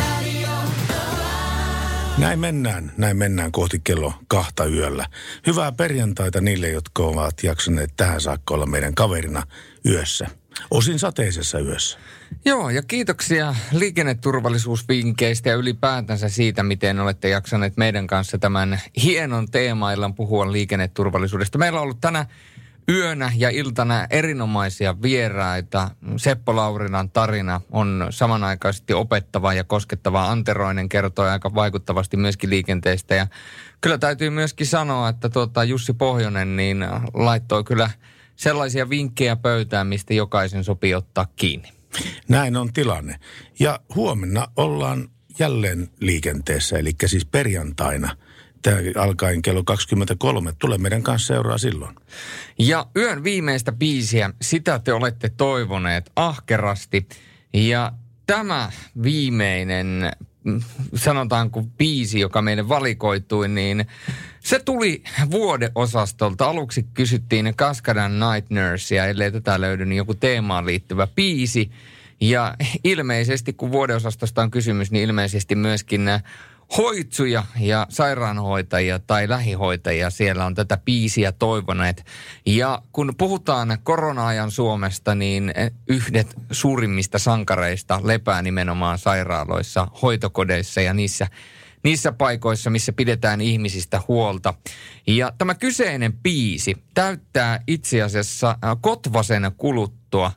Näin mennään kohti kello 2 yöllä. Hyvää perjantaita niille, jotka ovat jaksaneet tähän saakka olla meidän kaverina yössä. Osin sateisessa yössä. Joo, ja kiitoksia liikenneturvallisuusvinkkeistä ja ylipäätänsä siitä, miten olette jaksaneet meidän kanssa tämän hienon teemaillan puhua liikenneturvallisuudesta. Meillä on ollut tänä yönä ja iltana erinomaisia vieraita. Seppo Laurinan tarina on samanaikaisesti opettava ja koskettava. Anteroinen kertoo aika vaikuttavasti myöskin liikenteestä. Ja kyllä täytyy myöskin sanoa, että Jussi Pohjonen niin laittoi kyllä sellaisia vinkkejä pöytään, mistä jokaisen sopii ottaa kiinni. Näin on tilanne. Ja huomenna ollaan jälleen liikenteessä, eli siis perjantaina. Tämä alkaen kello 23. Tule meidän kanssa seuraa silloin. Ja yön viimeistä biisiä, sitä te olette toivoneet ahkerasti. Ja tämä viimeinen, sanotaanko biisi, joka meille valikoitui, niin se tuli vuodeosastolta. Aluksi kysyttiin Cascadan Night Nursea, ellei tätä löydy, niin joku teemaan liittyvä biisi. Ja ilmeisesti, kun vuodeosastosta on kysymys, niin ilmeisesti myöskin hoitsuja ja sairaanhoitajia tai lähihoitajia siellä on tätä biisiä toivoneet. Ja kun puhutaan korona-ajan Suomesta, niin yhdet suurimmista sankareista lepää nimenomaan sairaaloissa, hoitokodeissa ja niissä paikoissa, missä pidetään ihmisistä huolta. Ja tämä kyseinen biisi täyttää itse asiassa Kotvasen kuluttua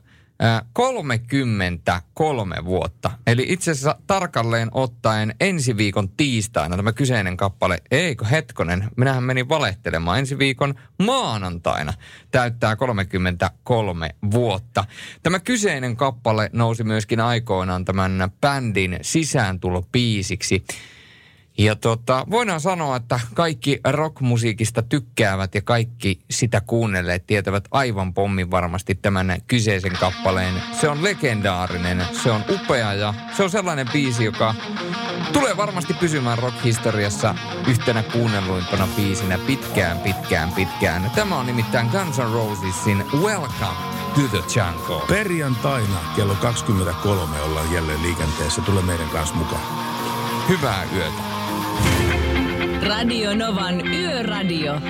33 vuotta. Eli itse asiassa tarkalleen ottaen ensi viikon tiistaina tämä kyseinen kappale, eikö hetkonen, minähän menin valehtelemaan, ensi viikon maanantaina täyttää 33 vuotta. Tämä kyseinen kappale nousi myöskin aikoinaan tämän bändin sisääntulobiisiksi. Ja voidaan sanoa, että kaikki rockmusiikista tykkäävät ja kaikki sitä kuunnelleet tietävät aivan pommin varmasti tämän kyseisen kappaleen. Se on legendaarinen, se on upea ja se on sellainen biisi, joka tulee varmasti pysymään rock-historiassa yhtenä kuunnelluimpana biisinä pitkään. Tämä on nimittäin Guns N' Rosesin Welcome to the Jungle. Perjantaina kello 23 ollaan jälleen liikenteessä. Tule meidän kanssa mukaan. Hyvää yötä. Radio Novan Yöradio.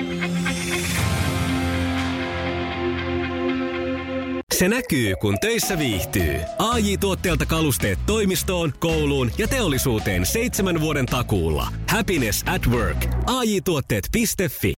Se näkyy, kun töissä viihtyy. AJ-tuotteelta kalusteet toimistoon, kouluun ja teollisuuteen 7 vuoden takuulla. Happiness at work. AJ-tuotteet.fi